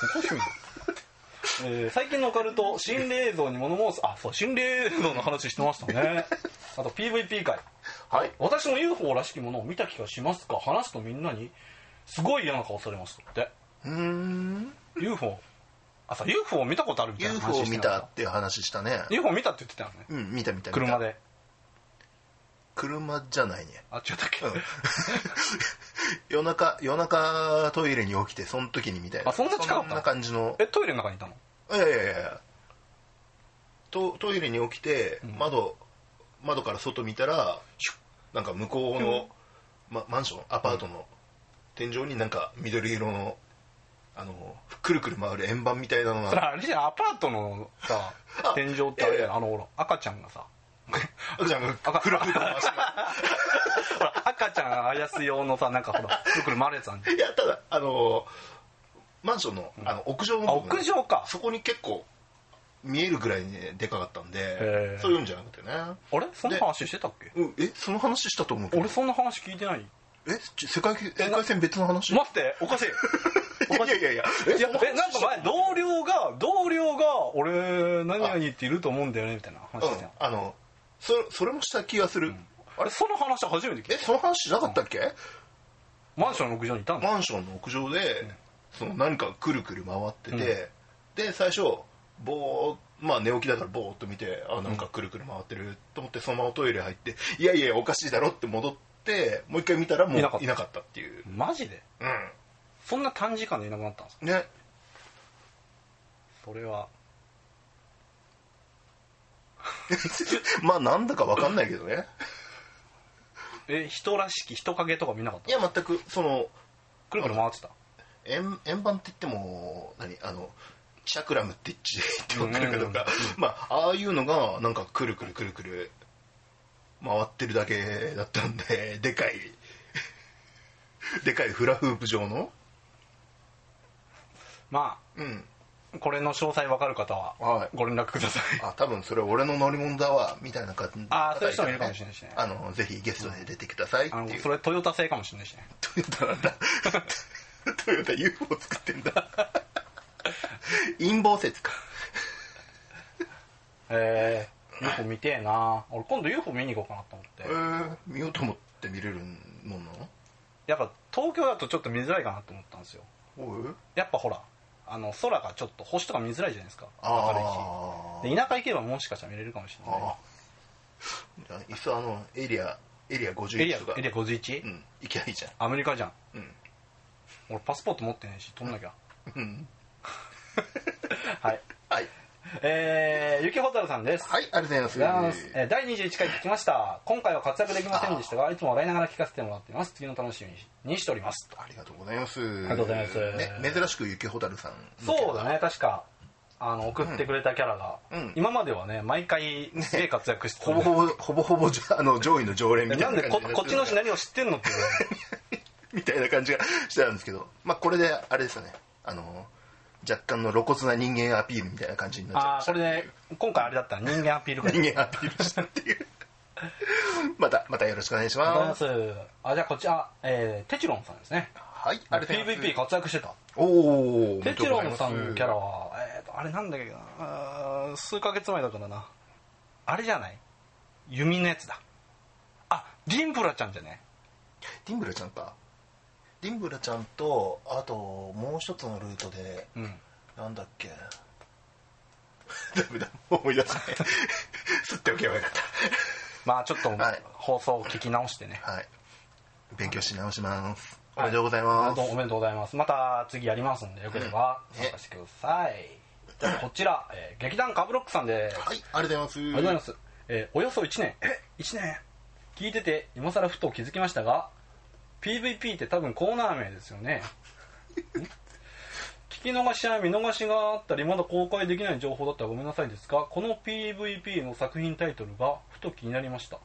最近のオカルト心霊映像に物申す、そう心霊映像の話してましたね。あと PVP 回、 はい、 私の UFO らしきものを見た気がしますか。話すとみんなにすごい嫌な顔されますって。UFO そう UFO を見たことあるみたいな話して UFO 見たっていう話したね。 UFO 見たって言ってたよね。 見た車で。 車じゃないね。 違ったっけ、 夜中トイレに起きてその時にみたいな。 そんな近かった？ そんな感じの。 トイレの中にいたの？ いやトイレに起きて、窓から外見たらなんか向こうの、マンションアパートの天井になんか緑色のくるくる回る円盤みたいなのが。 それあれじゃん、アパートのさ天井ってあれだよ、ほら赤ちゃんがさ赤ちゃんがフラフラ回してほら赤ちゃんあやす用のさ、なんかほらくるくる回るやつあるんじゃん。 いや、ただマンションの屋上の部分、 屋上か、 そこに結構見えるぐらいにでかかったんで、そういうんじゃなくてね。あれその話してたっけ？ その話したと思うけど。 俺そんな話聞いてない。 世界線別の話？ 待って、おかしいいやなんか前同僚が俺何々っていると思うんだよねみたいな話してた。 それもした気がする。 あれその話初めて聞いた。 その話しなかったっけ？ マンションの屋上にいたんだ。 マンションの屋上で何かくるくる回ってて、で最初寝起きだからボーっと見て、なんかくるくる回ってると思って、そのままトイレ入って、いやいやおかしいだろって戻ってもう一回見たらもういなかったっていう。 マジで？そんな短時間でいなくなったんですかね。 それはなんだか分かんないけどね。 人らしき人影とか見なかった？ いや、全くくるくる回ってた。 円盤って言ってもチャクラムって言って分かるかどうか、ああいうのがなんかくるくるくるくる回ってるだけだったんで、でかいフラフープ状の。 これの詳細分かる方はご連絡ください。 多分それ俺の乗り物だわみたいな感じ。 そういう人もいるかもしれないしね。 ぜひゲストで出てくださいっていう。 それトヨタ製かもしれないしね。 トヨタなんだトヨタ UFO 作ってんだ陰謀説か。 UFO 見てえな。俺今度 UFO 見に行こうかなと思って。 見ようと思って見れるもんなの？ やっぱ東京だとちょっと見づらいかなと思ったんですよ。やっぱほら空がちょっと星とか見づらいじゃないですか、明るい日で。田舎行けばもしかしたら見れるかもしれない。 じゃあいっそエリア51とかエリア 51？ 行きゃいいじゃん。 アメリカじゃん。俺パスポート持ってないし取んなきゃ。はい、 ゆきほたるさんです。 はい、ありがとうございます。 第21回聞きました。今回は活躍できませんでしたが、いつも笑いながら聞かせてもらっています。次の楽しみにしております。 ありがとうございます。 ありがとうございます。 ね、珍しくゆきほたるさん。 そうだね、確か。送ってくれたキャラが、今まではね毎回すげえ活躍してた、 ね、ほぼ上位の常連みたいな感じなんでこっちの人何を知ってんのってみたいな感じがしてたんですけど、まあこれであれですよね、若干の露骨な人間アピールみたいな感じになっちゃいました。 これで今回あれだったら人間アピール人間アピールしたっていうまたよろしくお願いします。 じゃあこちら、テチロンさんですね。 はい、あれ PVP 活躍してた。 おお、 テチロンさんのキャラはあれなんだっけな、数ヶ月前だからな、あれじゃない、弓のやつだ。ディンブラちゃんじゃね。 ディンブラちゃんか。ディンブラちゃんとあともう一つのルートで、なんだっけダメだ、思い出せない吸っておけばよかったまあちょっと、放送を聞き直してね、 はい、勉強し直します。おめでとうございます。 おめでとうございます。また次やりますんでよければ参加してください。じゃあこちら、劇団カブロックさんです。 はい、ありがとうございます。 ありがとうございます。およそ1年1年聞いてて今更ふと気づきましたが、 PVP って多分コーナー名ですよね聞き逃しや見逃しがあったりまだ公開できない情報だったらごめんなさいですが、この PVP の作品タイトルがふと気になりました。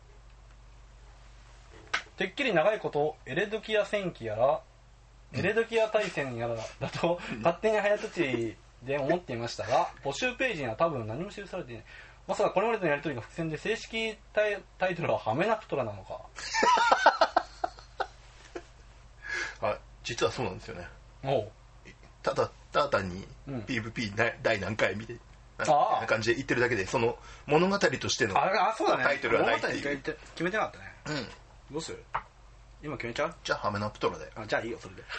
てっきり長いことエレドキア戦記やらエレドキア対戦やらだと勝手に早とちで思っていましたが、募集ページには多分何も記されていない。まさかこれまでのやり取りが伏線で正式タイトルはハメナプトラなのか実はそうなんですよね。 おう、 ただ単に PVP 第何回見てみたいな感じで言ってるだけで、その物語としてのタイトルはないっていう。 決めてなかったね。どうする、今決めちゃう？ じゃあハメナプトラで。 じゃあいいよそれで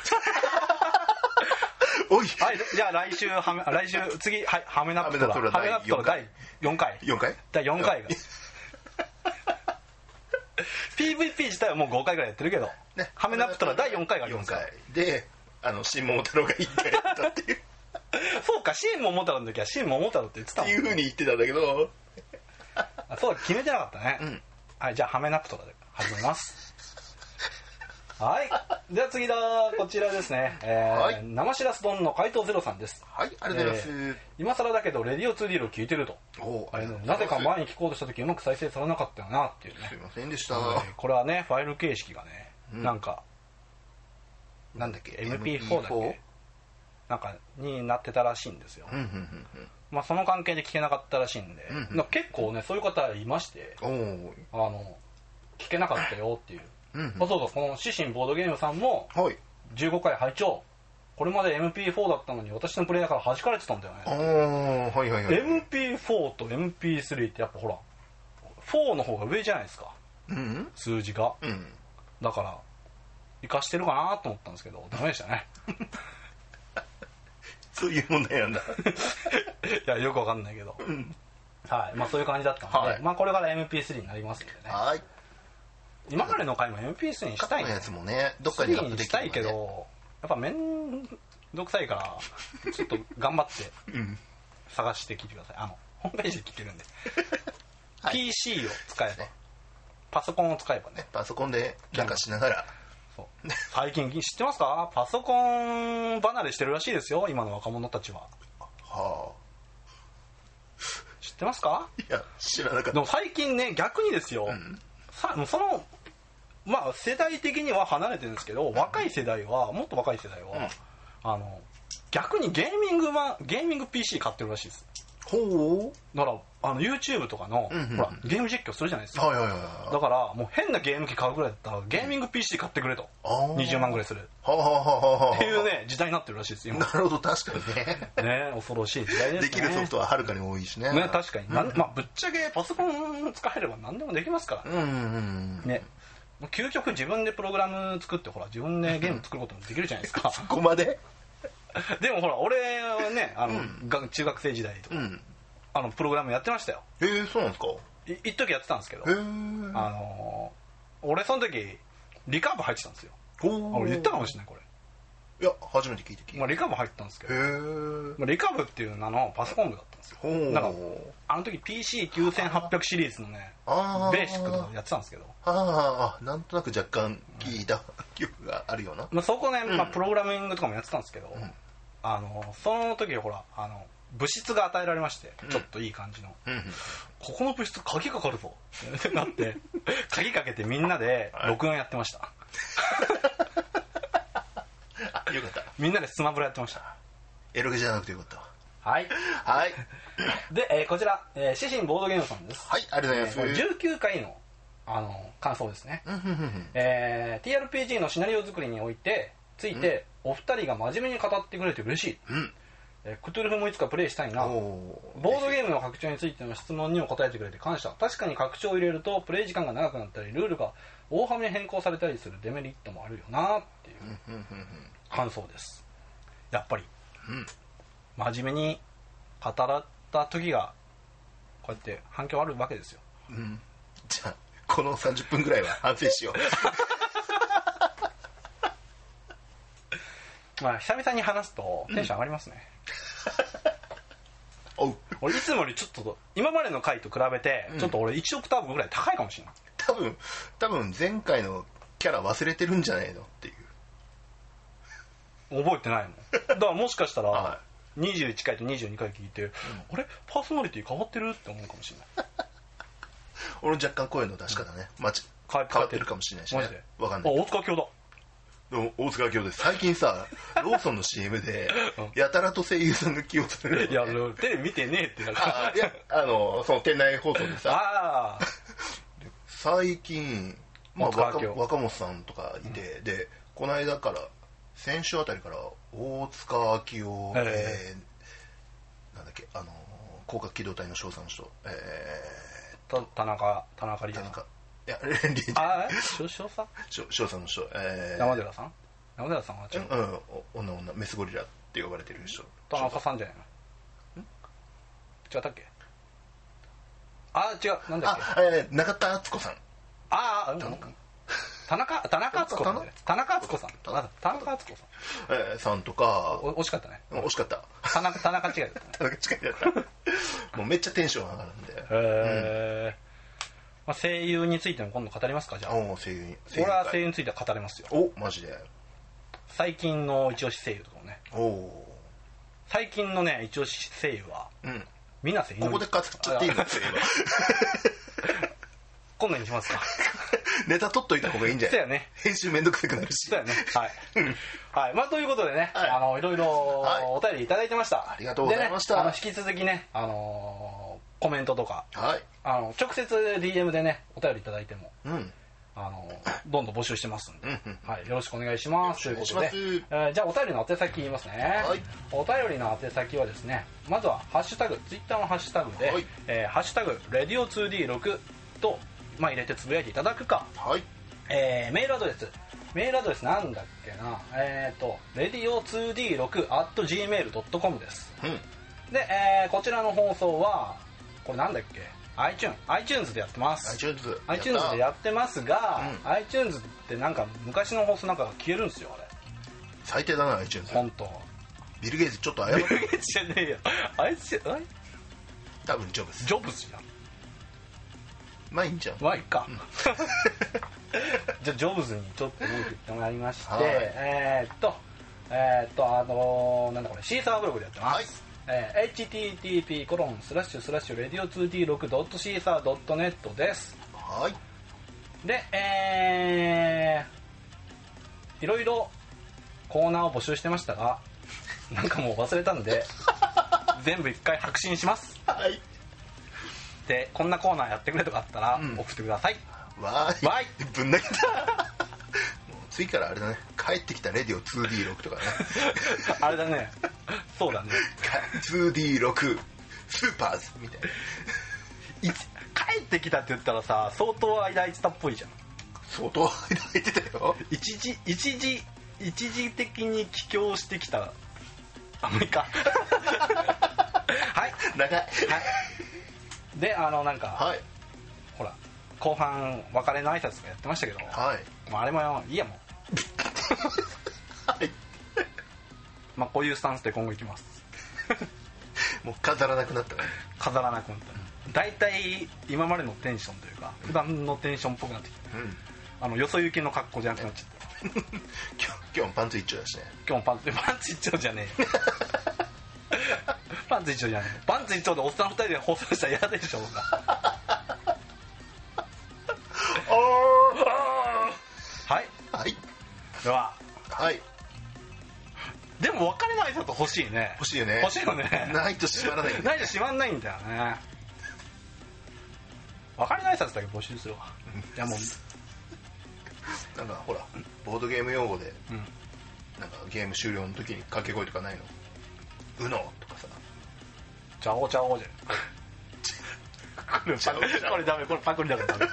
おい、 はい、じゃあ来週次、はい、ハメナプトラ第4回第4回がPVP 自体はもう5回ぐらいやってるけど、ね、ハメナプトラ第4回がありますから。 で、新桃太郎が1回やったっていうそうか、新桃太郎の時は新桃太郎って言ってたもん、 っていう風に言ってたんだけどそうだ、決めてなかったね。はい、じゃあハメナプトラで始めますはい、では次だ、こちらですね、生しらす丼の怪盗ゼロさんです。 はい、ありがとうございます。 今更だけどレディオ 2D を聞いてると。なぜか前に聞こうとした時うまく再生されなかったよなっていうね。 すいませんでした。 これはね、ファイル形式がね、なんだっけ MP4 だっけなんかになってたらしいんですよ。まあその関係で聞けなかったらしいんで、結構ねそういう方いまして、聞けなかったよっていう。そうそう、このシシンボードゲームさんも15回拝聴。これまで MP4 だったのに私のプレイヤーから弾かれてたんだよね。MP4 と MP3 ってやっぱほら4の方が上じゃないですか、数字が、だから生かしてるかなと思ったんですけどダメでしたねそういう問題なんだいやよくわかんないけど、はい、まあそういう感じだったので、まあこれから MP3 になりますんでね。はい、今までの回も MP3 にしたいのやつもね、どっかにアップできるしたいけど、やっぱめんどくさいからちょっと頑張って探して聞いてください。ホームページで聞けるんでPC を使えば、パソコンを使えばね、 パソコンでなんかしながら。 最近知ってますか、パソコン離れしてるらしいですよ今の若者たちは。知ってますか？ いや知らなかった。 でも最近ね、逆にですよ、そのまあ世代的には離れてるんですけど、若い世代はもっと若い世代は、逆にゲーミング PC 買ってるらしいです。 ほうだからYouTube とかの、ほらゲーム実況するじゃないですか、だからもう変なゲーム機買うぐらいだったらゲーミング PC 買ってくれと、20万ぐらいするっていうね時代になってるらしいですよ。 なるほど、確かにね恐ろしい時代ですね。 できるソフトははるかに多いしね。 確かに、まあぶっちゃけパソコン使えれば何でもできますからね。究極自分でプログラム作ってほら自分でゲーム作ることもできるじゃないですかそこまででもほら俺はね中学生時代とか、プログラムやってましたよ。 そうなんですか。 一時やってたんですけど、俺その時リカーブ入ってたんですよ。俺言ったかもしれないこれ。 いや初めて聞いてまあ、リカブ入ったんですけど、 へえ、 まあ、リカブっていう名のパソコン部だったんですよ。なんかあの時 PC9800 シリーズのねベーシックとかやってたんですけど、 なんとなく若干聞いた記憶があるような、 まあ、そこね、まあ、プログラミングとかもやってたんですけど、その時ほら物質が与えられまして、ちょっといい感じの、ここの物質鍵かかるぞってなって鍵かけてみんなで録音やってました、 よかった、 みんなでスマブラやってました。 エロゲじゃなくてよかったわ。 はいはいで、こちら、シシンボードゲームさんです。 はい、ありがとうございます。 19回の感想ですね。TRPG のシナリオ作りにおいてついて、お二人が真面目に語ってくれて嬉しい、クトゥルフもいつかプレイしたいな。ボードゲームの拡張についての質問にも答えてくれて感謝。確かに拡張を入れるとプレイ時間が長くなったりルールが大幅に変更されたりするデメリットもあるよなっていう感想です。やっぱり、真面目に語られた時がこうやって反響あるわけですよ。 じゃあこの30分ぐらいは反省しようまあ久々に話すとテンション上がりますね、俺いつもよりちょっと今までの回と比べてちょっと俺1オクターブぐらい高いかもしれない。 多分前回のキャラ忘れてるんじゃないのっていう。 覚えてないもん。だからもしかしたら21回と22回聞いて、あれパーソナリティ変わってるって思うかもしれない俺若干声の出し方ね、変わってるかもしれないしね。 マジでわかんない。 大塚京だ。 どうも大塚京です。最近さローソンの CM でやたらと声優さんが起用される、 いやテレビ見てねえってなんかいやその店内放送でさ最近、若本さんとかいて、でこの間から先週あたりから大塚明夫、なんだっけ広角機動隊の少佐の人、 田中理恵さん、 いや少佐少佐の人、 山寺さんは違う、 女メスゴリラって呼ばれてる人、 田中さんじゃないの？違ったっけ？違う、なんだっけ？ 中田敦子さん。 田中敦子さん。田中敦子さんさんとか。 惜しかったね。 惜しかった。 田中違いだったね。 田中違いだったもうめっちゃテンション上がるんで。 声優についても今度語りますか？じゃあ声優俺は声優については語れますよ。 マジで最近の一押し声優とかもね。最近のね一押し声優は水瀬いのり。 ここで語っちゃっていいの？ 今度にしますか。 ネタ取っといた方がいいんじゃない？ そうやね。 編集めんどくさくなるし。 そうやね。はい。ということでね、いろいろお便りいただいてました。 ありがとうございました。 引き続きね、コメントとか、直接 DM でねお便りいただいても、どんどん募集してますんで、よろしくお願いしますということで、じゃあお便りの宛先言いますね。お便りの宛先はですね、まずはハッシュタグ、ツイッターのハッシュタグで、ハッシュタグレディオ 2D6 と入れてつぶやいていただくか、メールアドレスなんだっけな、radio2d6@gmail.com です。で、こちらの放送はこれなんだっけ、iTunes でやってます。iTunes でやってますが、iTunes ってなんか昔の放送なんかが消えるんですよ。あれ最低だな iTunes。 本当。 ビル・ゲイツちょっと謝って。 ビル・ゲイツじゃねえよ。あいつ多分ジョブズじゃん。 まあいいんじゃん。 まあいいか。じゃあジョブズにちょっと文句言ってもらいまして、なんだこれ、シーサーブログでやってます。http://radio2d6.caesar.net です。で、いろいろコーナーを募集してましたが、なんかもう忘れたんで全部一回白紙にします。で、こんなコーナーやってくれとかあったら送ってください。 わーいぶん投げた次からあれだね、帰ってきたレディオ 2D6 とかねあれだね、そうだね、 2D6 スーパーズみたいな。 帰ってきたって言ったらさ、相当間空いてたっぽいじゃん。 相当間空いてたよ。 一時的に帰郷してきた。もういいかはい長い。 で、なんか、ほら後半別れの挨拶がやってましたけど、もうあれもいいやもん。 まあこういうスタンスで今後いきますもう飾らなくなったね。 飾らなくなった大体今までのテンションというか普段のテンションっぽくなってきて、よそ行きの格好じゃなくなっちゃった今日もパンツ一丁だしね。 今日もパンツ一丁じゃねえよパンツ一丁じゃねえパンツ一丁でおっさん二人で放送したら嫌でしょうがはいはいでははいでも別れの挨拶欲しいね。 欲しいよね。 欲しいよね。 ないと閉まらない。 ないと閉まんないんだよね。別れの挨拶だけ募集するわ。いやもうなんかほらボードゲーム用語で、なんかゲーム終了の時に掛け声とかないの？うのとかさ。 チャオチャオじゃん。これダメ、これパクリだからダメ。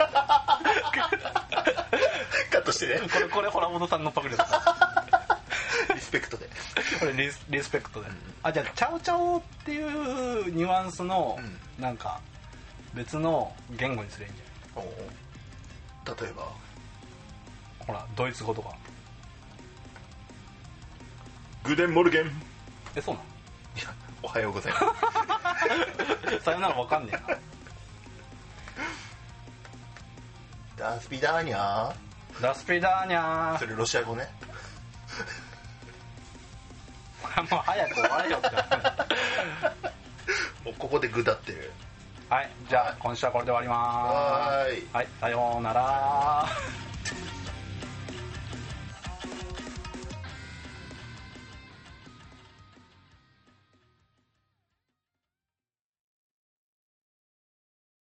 カットしてね。 これホラボドさんのパクリだから。 リスペクトで。 これリスペクトで。あ、じゃあチャオチャオっていうニュアンスのなんか別の言語にすればいいんじゃない？ 例えばほらドイツ語とか。 グデンモルゲン。 そうなの？ いや、おはようございますさよならわかんねえな。 ダスピダーニャー。ダスピダーニャー。 それロシア語ね。 もう早く終われよって。 もうここでグダってる。 はい、じゃあ今週はこれで終わります。はい、さようなら。